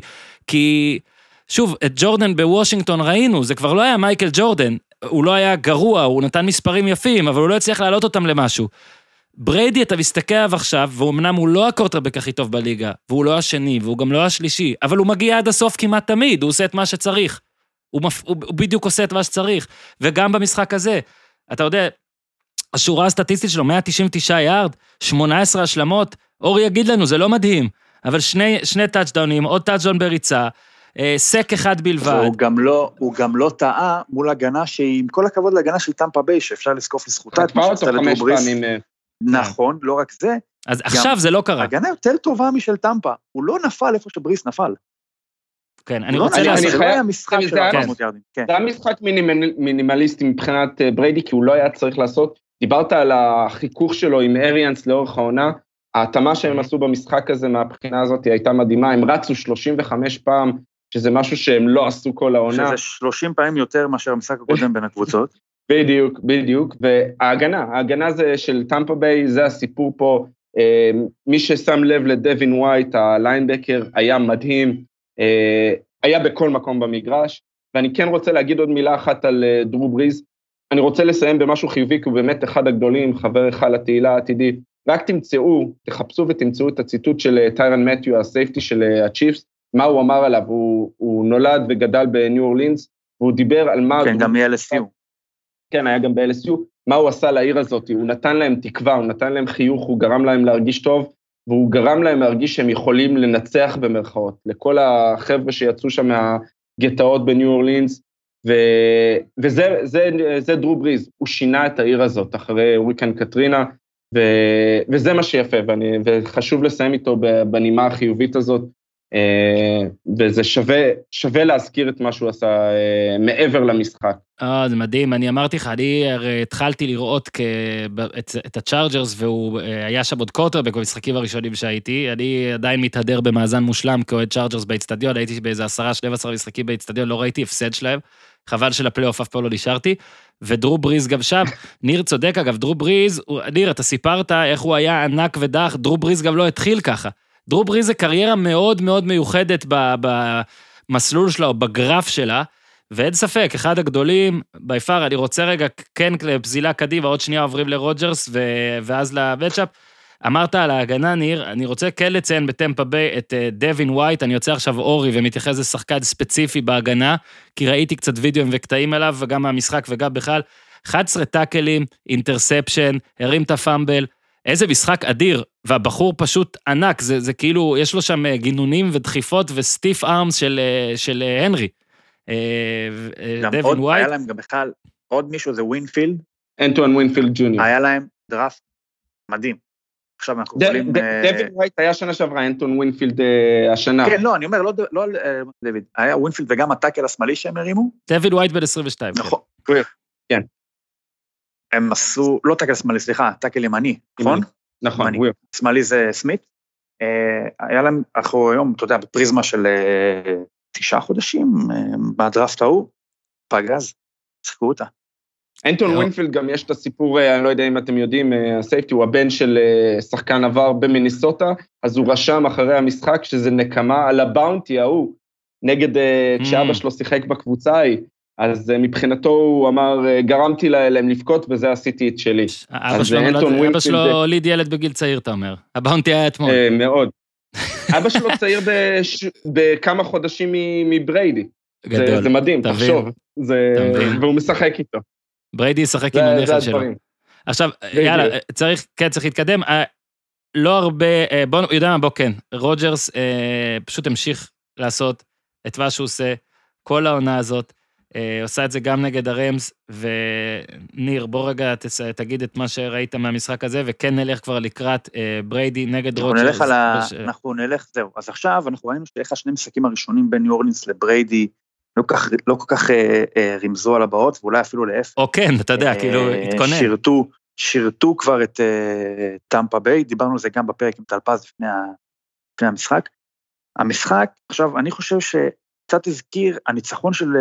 כי, שוב, את ג'ורדן בוושינגטון ראינו, זה כבר לא היה מייקל ג'ורדן, הוא לא היה גרוע, הוא נתן מספרים יפים, אבל הוא לא הצליח להעלות אותם למשהו. בריידי, אתה מסתכל עליו עכשיו, ואומנם הוא לא הקורטרבק הכי טוב בליגה, והוא לא השני, והוא גם לא השלישי, אבל הוא מגיע עד הסוף כמעט תמיד, הוא עושה את מה שצריך. הוא, מפ... הוא בדיוק עושה את מה שצריך. וגם במשחק הזה, אתה יודע, השורה הסטטיסטית שלו, מאה תשעים ותשע יארד, שמונה עשרה השלמות, אורי יגיד לנו, זה לא מדהים, אבל שני, שני טאצ'דאונים, עוד טאצ'דאון בריצה, סק אחד בלבד. הוא גם לא, הוא גם לא טעה מול הגנה שהיא, עם כל הכבוד להגנה של טמפה ביי, שאפשר לזקוף לזכותה. חטפה אותו חמש פעמים. נכון, לא רק זה. אז עכשיו זה לא קרה. הגנה יותר טובה משל טמפה, הוא לא נפל איפה שבריס נפל. כן, אני רוצה לעשות. זה לא היה משחק של ארבע מאות ירדים. זה היה משחק מינימליסטי מבחינת בריידי, כי הוא לא היה צריך לעשות. דיברת על החיכוך שלו עם אריאנס לאורך העונה, ההתאמה שהם עשו במשחק הזה מהבחינה הזאת הייתה מדהימה, הם רצו שלושים וחמש פעם, שזה משהו שהם לא עשו כל העונה. שזה שלושים פעמים יותר מאשר המשחק הקודם בין הקבוצות. בדיוק, בדיוק, וההגנה, ההגנה זה של טמפה ביי, זה הסיפור פה, מי ששם לב לדווין ווייט, הליינבקר, היה מדהים, היה בכל מקום במגרש, ואני כן רוצה להגיד עוד מילה אחת על דרו בריז, אני רוצה לסיים במשהו חיובי, כי הוא באמת אחד הגדולים, חבר אחד לתהילה העתידית, רק תמצאו, תחפשו ותמצאו את הציטוט של טיירן מתיו, הסייפטי של הצ'יפס, מה הוא אמר עליו, הוא, הוא נולד וגדל בניו אורלינס, והוא דיבר על מה... כן, גם מ-אל אס יו. כן, היה גם ב-אל אס יו, מה הוא עשה לעיר הזאת, הוא נתן להם תקווה, הוא נתן להם חיוך, הוא גרם להם להרגיש טוב, והוא גרם להם להרגיש שהם יכולים לנצח במרכאות, לכל החבר'ה שיצאו שם מהגטאות בניו אורלינס, ו... וזה זה, זה דרו בריז, הוא שינה את העיר הזאת אחרי הוריקן קטרינה, ו... וזה מה שיפה, ואני... וחשוב לסיים איתו בנימה החיובית הזאת, וזה שווה, שווה להזכיר את מה שהוא עשה מעבר למשחק. אה, זה מדהים, אני אמרתי לך, אני התחלתי לראות את, את הצ'ארג'רס, והוא היה שם עוד קורטרבק במשחקים הראשונים שהייתי, אני עדיין מתהדר במאזן מושלם כאוהד צ'ארג'רס באצטדיון, הייתי באיזה עשרה, שנים עשר משחקים באצטדיון, לא ראיתי הפסד שלהם, חבל של הפלייאוף אף פעם לא נשארתי, ודרו בריז גם שם, ניר צודק אגב, דרו בריז, ניר, אתה סיפרת איך הוא היה ענק ודח, דרו בריז גם לא התחיל ככה, דרו בריז זה קריירה מאוד מאוד מיוחדת במסלול שלה או בגרף שלה, ואין ספק, אחד הגדולים, ביפר, אני רוצה רגע כן לפזילה קדימה, עוד שנייה עוברים לרוג'רס ואז לבצ'אפ, אמרת על ההגנה ניר, אני רוצה כן לציין בטמפה ביי את דווין ווייט, אני יוצא עכשיו אורי ומתייחס לשחקן ספציפי בהגנה, כי ראיתי קצת וידאוים וקטעים עליו, וגם מהמשחק וגם בכלל, אחד עשר טאקלים, אינטרספשן, הרים את הפאמבל, איזה משחק אדיר, והבחור פשוט ענק, זה, זה כאילו, יש לו שם גינונים ודחיפות וסטיף ארמס של, של הנרי. דווין ווייט. היה להם גם בכלל, עוד מישהו זה ווינפילד. אנטואן ווינפילד ג'וניור. היה להם דראפט מדהים. עכשיו אנחנו יכולים... דווין ווייט היה שנה שעברה, אנטואן ווינפילד השנה. כן, לא, אני אומר, לא על דוויד. היה ווינפילד וגם הטאקל השמאלי שהם הרימו. דווין ווייט בן עשרים ושתיים. נכון, כן. הם עשו, לא טאקל שמאלי, סליחה, טאקל ימני, נכון? נכון. שמאלי זה סמית. היה להם, אנחנו היום, אתה יודע, בפריזמה של תשעה חודשים, בדראפט ההוא, פגז, שחקו אותה. אנטון ווינפילד גם יש את הסיפור, אני לא יודע אם אתם יודעים, הסייפטי הוא הבן של שחקן עבר במיניסוטה, אז הוא רשם אחרי המשחק שזה נקמה על הבאונטי ההוא, נגד כשאבא שלו שיחק בקבוצה ההיא, אז מבחינתו הוא אמר, גרמתי להם לבכות וזה עשיתי את שלי. אבא שלו הוליד ילד בגיל צעיר, אתה אומר. הבאונטי היה אתמול. מאוד. אבא שלו צעיר בכמה חודשים מבריידי. זה מדהים, תחשוב. והוא משחק איתו. בריידי ישחק עם הנכד שלו. עכשיו, יאללה, צריך, כן, צריך להתקדם. לא הרבה, בוא, יודע מה, בוא, כן. רוג'רס פשוט המשיך לעשות את מה שהוא עושה, כל העונה הזאת, עושה את זה גם נגד הרמס, וניר, בוא רגע תגיד את מה שראית מהמשחק הזה, וכן נלך כבר לקראת בריידי נגד רוג'רס. אנחנו נלך, זהו. אז עכשיו אנחנו ראינו שאיך השני משחקים הראשונים בין ניו אורלינס לבריידי, לא כל כך רמזו על הבאות, ואולי אפילו להפך. או כן, אתה יודע, כאילו, התכונן. שירתו, שירתו כבר את טמפה ביי, דיברנו על זה גם בפרק עם טלפז לפני המשחק. המשחק, עכשיו, אני חושב שקצת הזכיר, הניצחון של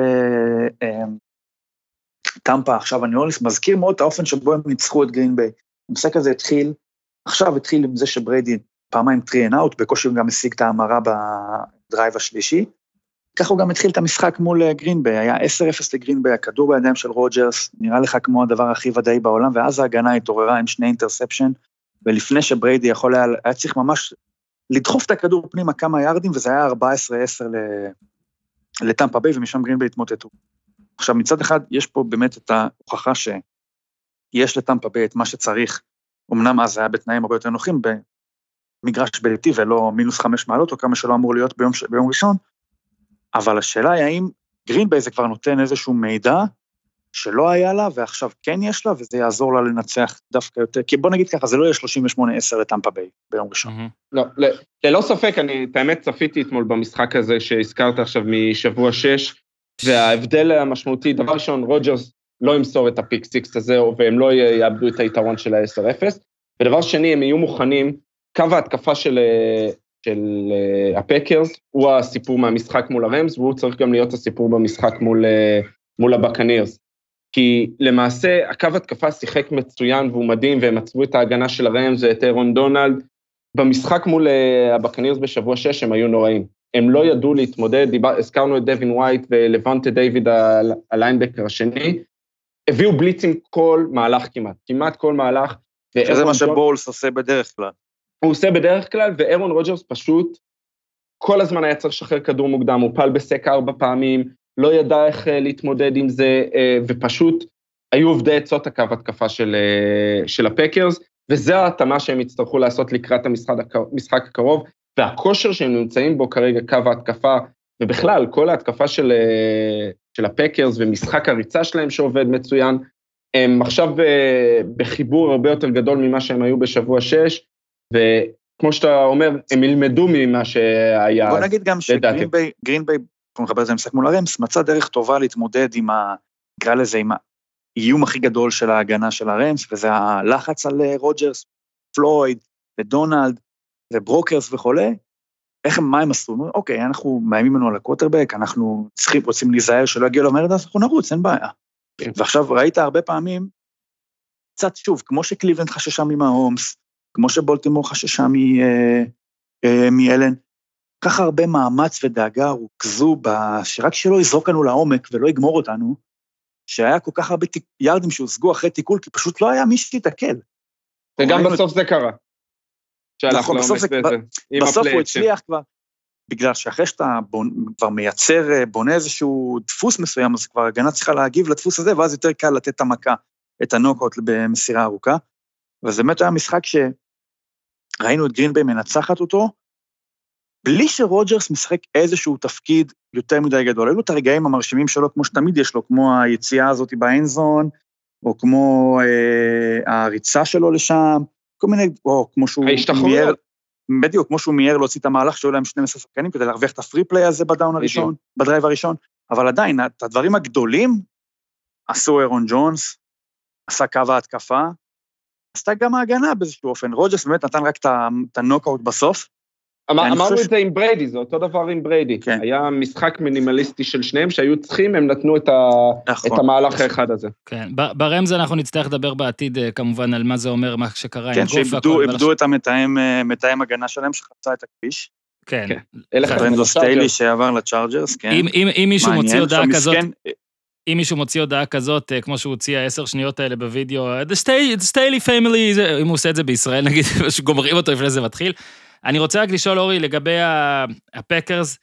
טמפה עכשיו, הניו אורלינס, מזכיר מאוד את האופן שבו הם ניצחו את גרין ביי. המשחק הזה התחיל, עכשיו התחיל עם זה שבריידי פעמיים טרי אנד אאוט, בקושי גם השיג את ההמרה בדרייב השלישי, ככה הוא גם התחיל את המשחק מול גרינביי, היה עשר אפס לגרינביי, הכדור בידיים של רוג'רס, נראה לך כמו הדבר הכי ודאי בעולם, ואז ההגנה התעוררה עם שני אינטרספשן, ולפני שבריידי יכול היה, היה צריך ממש לדחוף את הכדור פנימה כמה יארדים, וזה היה ארבע עשרה עשר לטמפה ביי, ומשם גרינביי התמוטטו. עכשיו מצד אחד, יש פה באמת את ההוכחה שיש לטמפה ביי את מה שצריך, אמנם אז היה בתנאים הרבה יותר נוחים, במגרש ביתי ולא מינוס חמש מעלות, או כמה שלא אמור להיות ביום, ביום ראשון, אבל השאלה היא האם גרינביי זה כבר נותן איזשהו מידע שלא היה לה, ועכשיו כן יש לה, וזה יעזור לה לנצח דווקא יותר, כי בוא נגיד ככה, זה לא יהיה שלושים ושמונה עשר לטמפה ביי ביום ראשון. לא, ללא ספק, אני את האמת צפיתי אתמול במשחק הזה שהזכרת עכשיו משבוע שש, וההבדל המשמעותי, דבר ראשון, רוג'רס לא ימסור את הפיק סיקס הזה, והם לא יאבדו את היתרון של ה-עשר אפס, ודבר שני, הם יהיו מוכנים, קו ההתקפה של, של הפקרס, הוא הסיפור מהמשחק מול הרמס, והוא צריך גם להיות הסיפור במשחק מול, מול הבקנירס. כי למעשה, הקו התקפה שיחק מצוין והוא מדהים, והם עצבו את ההגנה של הרמס ואת אירון דונלד, במשחק מול הבקנירס בשבוע שש, הם היו נוראים. הם לא ידעו להתמודד, דיבר, הזכרנו את דווין ווייט ולוונטה דיוויד הליינבקר השני, הביאו בליצים כל מהלך כמעט, כמעט כל מהלך. שזה מה שבולס עושה בדרך כלל. הוא עושה בדרך כלל, ואירון רוג'רס פשוט, כל הזמן היה צריך לשחרר כדור מוקדם, הוא פעל בסק ארבע פעמים, לא ידע איך להתמודד עם זה, ופשוט היו עובדי עצות הקו התקפה של, של הפקרס, וזה ההתאמה שהם יצטרכו לעשות לקראת המשחק הקרוב, והכושר שהם נמצאים בו כרגע קו ההתקפה, ובכלל כל ההתקפה של, של הפקרס ומשחק הריצה שלהם שעובד מצוין, הם עכשיו בחיבור הרבה יותר גדול ממה שהם היו בשבוע שש, וכמו שאתה אומר, הם ילמדו ממה שהיה. בוא נגיד גם שגרינביי, גרינביי, אנחנו נחבר את זה משחק מול הרמס, מצא דרך טובה להתמודד עם ה... נקרא לזה, עם האיום הכי גדול של ההגנה של הרמס, וזה הלחץ על רוג'רס, פלויד, ודונלד, וברוקרס וכולי. איך הם, מה הם עשו? אוקיי, אנחנו מאיימים לנו על הקווטרבק, אנחנו צריכים, רוצים להיזהר שלא יגיע למרד, אז אנחנו נרוץ, אין בעיה. ועכשיו ראית הרבה פעמים, קצת שוב, כמו שקליבלנד חששה ממהומס, כמו שבולטימור חששה מאלן, ככה הרבה מאמץ ודאגה רוכזו, שרק שלא יזרוק לנו לעומק ולא יגמור אותנו, שהיה כל כך הרבה ירדים שהושגו אחרי תיקול, כי פשוט לא היה מי שיתקל. וגם בסוף זה קרה. נכון, בסוף הוא הצליח כבר, בגלל שאחרי שאתה כבר מייצר, בונה איזשהו דפוס מסוים, אז כבר הגנה צריכה להגיב לדפוס הזה, ואז יותר קל לתת את המכה, את הנוקות במסירה ארוכה, וזה באמת היה משחק שראינו את גרינביי מנצחת אותו, בלי שרוג'רס משחק איזשהו תפקיד יותר מדי גדול, היו לו את הרגעים המרשימים שלו, כמו שתמיד יש לו, כמו היציאה הזאת באנזון, או כמו אה, הריצה שלו לשם, כל מיני, או כמו שהוא מייר, בדיוק, כמו שהוא מייר להוציא את המהלך, שהיו להם שנים עשר שחקנים, כדי להרוויח את הפרי פליי הזה בדאון הראשון, בדרייב הראשון, אבל עדיין, את הדברים הגדולים, עשו אירון ג'ונס, עשה קו ההתקפה, עשתה גם ההגנה באיזשהו אופן, רוג'רס באמת נתן רק את הנוקאוט בסוף, אמרנו את זה עם בריידי, זה אותו דבר עם בריידי, היה משחק מינימליסטי של שניהם, שהיו צריכים, הם נתנו את המהלך האחד הזה. כן, ברמז אנחנו נצטרך לדבר בעתיד, כמובן, על מה זה אומר, מה שקרה עם גוף. כן, שאיבדו את המתאם הגנה שלהם, שחצה את הכביש. כן. פרנדו סטיילי שעבר לצ'ארג'רס, כן. אם מישהו מוציא הודעה כזאת, אם מישהו מוציא הודעה כזאת, כמו שהוא הוציא העשר שניות האלה בווידאו, The Staley family, אם הוא עושה את זה בישראל, נגיד, שגומרים אותו לפני זה מתחיל, אני רוצה רק לשאול, אורי, לגבי הפקרס,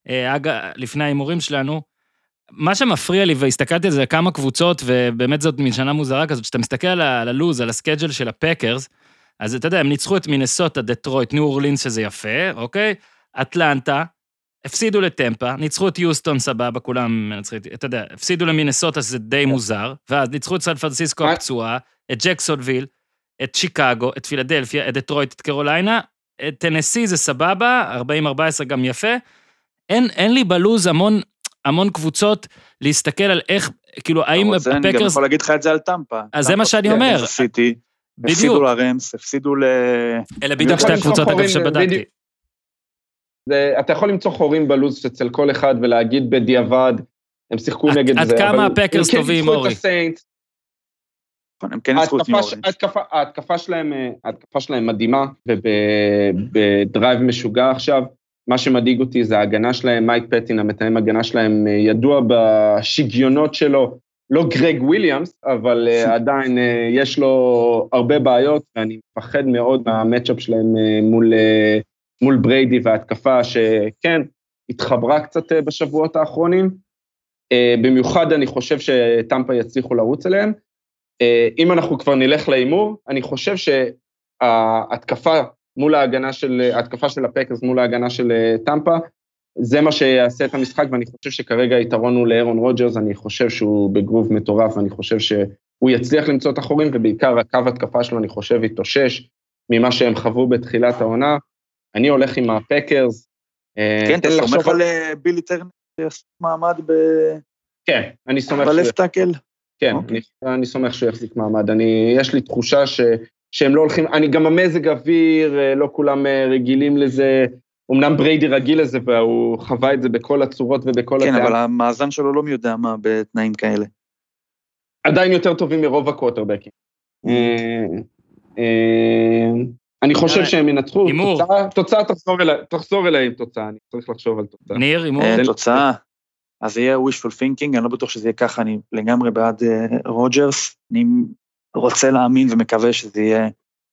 לפני האימורים שלנו, מה שמפריע לי, והסתכלתי על זה כמה קבוצות, ובאמת זאת משנה מוזרה כזאת, שאתה מסתכל על הלוז, על הסקייג'ל של הפקרס, אז אתה יודע, הם ניצחו את מינסוטה, דטרויט, ניו אורלינס, שזה יפה, אוקיי? אטלנטה, הפסידו לטמפה, ניצחו את יוסטון, סבבה, כולם, אתה יודע, הפסידו למינסוטה, שזה די מוזר, ואז ניצחו את סן פרנסיסקו הפצועה, את ג'קסונוויל, את שיקגו, את פילדלפיה, את דטרויט, את קרוליינה, טנסי זה סבבה, ארבעים ארבע עשרה גם יפה, אין, אין לי בלוז המון, המון קבוצות להסתכל על איך, כאילו, האם הפקרס... אני גם יכול להגיד לך את זה על טמפה. אז זה מה שאני אומר. הפסידו לרמס, הפסידו ל... אלה בדיוק שתי הקבוצות אגב שבדקתי. אתה יכול למצוא חורים בלוז אצל כל אחד ולהגיד בדיעבד, הם שיחקו נגד זה. עד כמה הפקרס טובים, אורי? הם כן ניצחו את ניו אורלינס. ההתקפה שלהם, ההתקפה שלהם מדהימה, ובדרייב משוגע עכשיו, מה שמדאיג אותי זה ההגנה שלהם, מייק פטין, המתאם הגנה שלהם, ידוע בשגיונות שלו, לא גרג וויליאמס, אבל עדיין יש לו הרבה בעיות, ואני מפחד מאוד מהמצ'אפ שלהם מול, מול בריידי וההתקפה, שכן, התחברה קצת בשבועות האחרונים, במיוחד אני חושב שטמפה יצליחו לרוץ אליהם, אם אנחנו כבר נלך לאימור, אני חושב שההתקפה מול ההגנה של, ההתקפה של הפקרס מול ההגנה של טמפה, זה מה שיעשה את המשחק, ואני חושב שכרגע היתרון הוא לאירון רוג'רס, אני חושב שהוא בגרוב מטורף, ואני חושב שהוא יצליח למצוא את החורים, ובעיקר הקו התקפה שלו, אני חושב, יתושש ממה שהם חוו בתחילת העונה. אני הולך עם הפקרס. כן, אתה סומך על בילי טרנר שיעשה מעמד ב... כן, אני סומך... בלפט טאקל? כן, אני סומך שהוא יחזיק מעמד. יש לי תחושה ש... שהם לא הולכים, אני גם המזג אוויר, לא כולם רגילים לזה, אמנם בריידי רגיל לזה, והוא חווה את זה בכל הצורות ובכל... כן, אבל המאזן שלו לא מי יודע מה בתנאים כאלה. עדיין יותר טובים מרוב הקווטרבקים. אני חושב שהם ינצחו, תוצאה תחזור אליי עם תוצאה, אני צריך לחשוב על תוצאה. ניר, אימור? תוצאה, אז יהיה wishful thinking, אני לא בטוח שזה יהיה ככה, אני לגמרי בעד רוג'רס, אני רוצה להאמין ומקווה שזה יהיה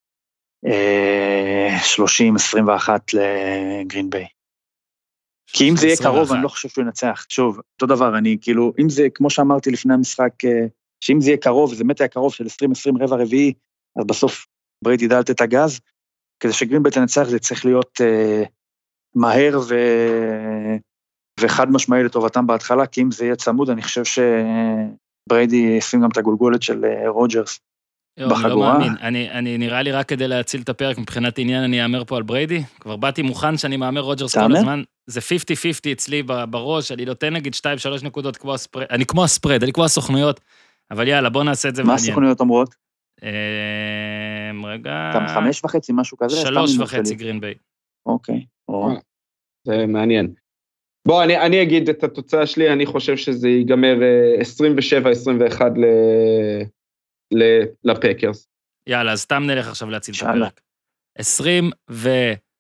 שלושים עשרים ואחת לגרין ביי. כי אם זה יהיה קרוב, אני לא חושב שהוא ינצח. שוב, אותו דבר, אני כאילו, אם זה, כמו שאמרתי לפני המשחק, שאם זה יהיה קרוב, זה באמת היה קרוב של עשרים עשרים רבע רביעי, אז בסוף בריידי ידע לתת הגז, כדי שגרין ביי תנצח, זה צריך להיות מהר ו... וחד משמעי לטובתם בהתחלה, כי אם זה יהיה צמוד, אני חושב שבריידי ישים גם את הגולגולת של רוג'רס בחגורה. אני לא מאמין, אני, אני נראה לי רק כדי להציל את הפרק, מבחינת עניין אני אאמר פה על בריידי, כבר באתי מוכן שאני מאמר רוג'רס כל הזמן, זה חמישים חמישים אצלי בראש, אני נותן נגיד שתיים שלוש נקודות כמו הספרד, אני כמו הספרד, אני כמו הסוכנויות, אבל יאללה, בוא נעשה את זה מעניין. מה הסוכנויות אומרות? רגע... גם חמש וחצי, משהו כזה? שלוש וחצי גרין ביי. אוקיי. זה מעניין. בוא, אני, אני אגיד את התוצאה שלי, אני חושב שזה ייגמר עשרים ושבע עשרים ואחת ל... ל... לפקרס. יאללה, אז סתם נלך עכשיו להציל את הפרק. עשרים ו...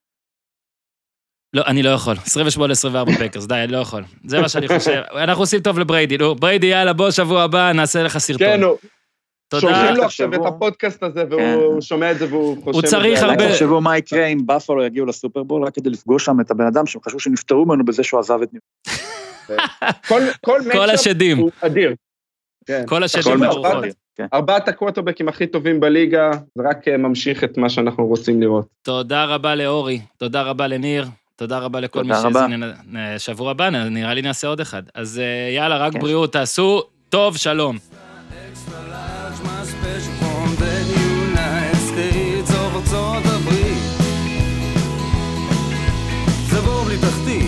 לא, אני לא יכול. עשרים ושמונה עשרים וארבע פקרס, די, אני לא יכול. זה מה שאני חושב. אנחנו עושים טוב לבריידי, נו, בריידי, יאללה, בוא שבוע הבא, נעשה לך סרטון. כן, נו. שולחים לו עכשיו את הפודקאסט הזה, והוא שומע את זה, והוא חושב... הוא צריך הרבה... תחשבו מה יקרה אם בפלו יגיעו לסופרבול, רק כדי לפגוש שם את הבן אדם, שהם חשבו שנפטרו ממנו בזה שהוא עזב את ניו. כל השדים. הוא אדיר. כל השדים ברוחות. ארבעת הקווטרבקים הכי טובים בליגה, זה רק ממשיך את מה שאנחנו רוצים לראות. תודה רבה לאורי, תודה רבה לניר, תודה רבה לכל מי שהזין. שבוע הבא, נראה לי נעשה עוד אחד. אז יאללה, רק בריאות, תעשו טוב, שלום. ארצות הברית, זה בור בלי תחתית.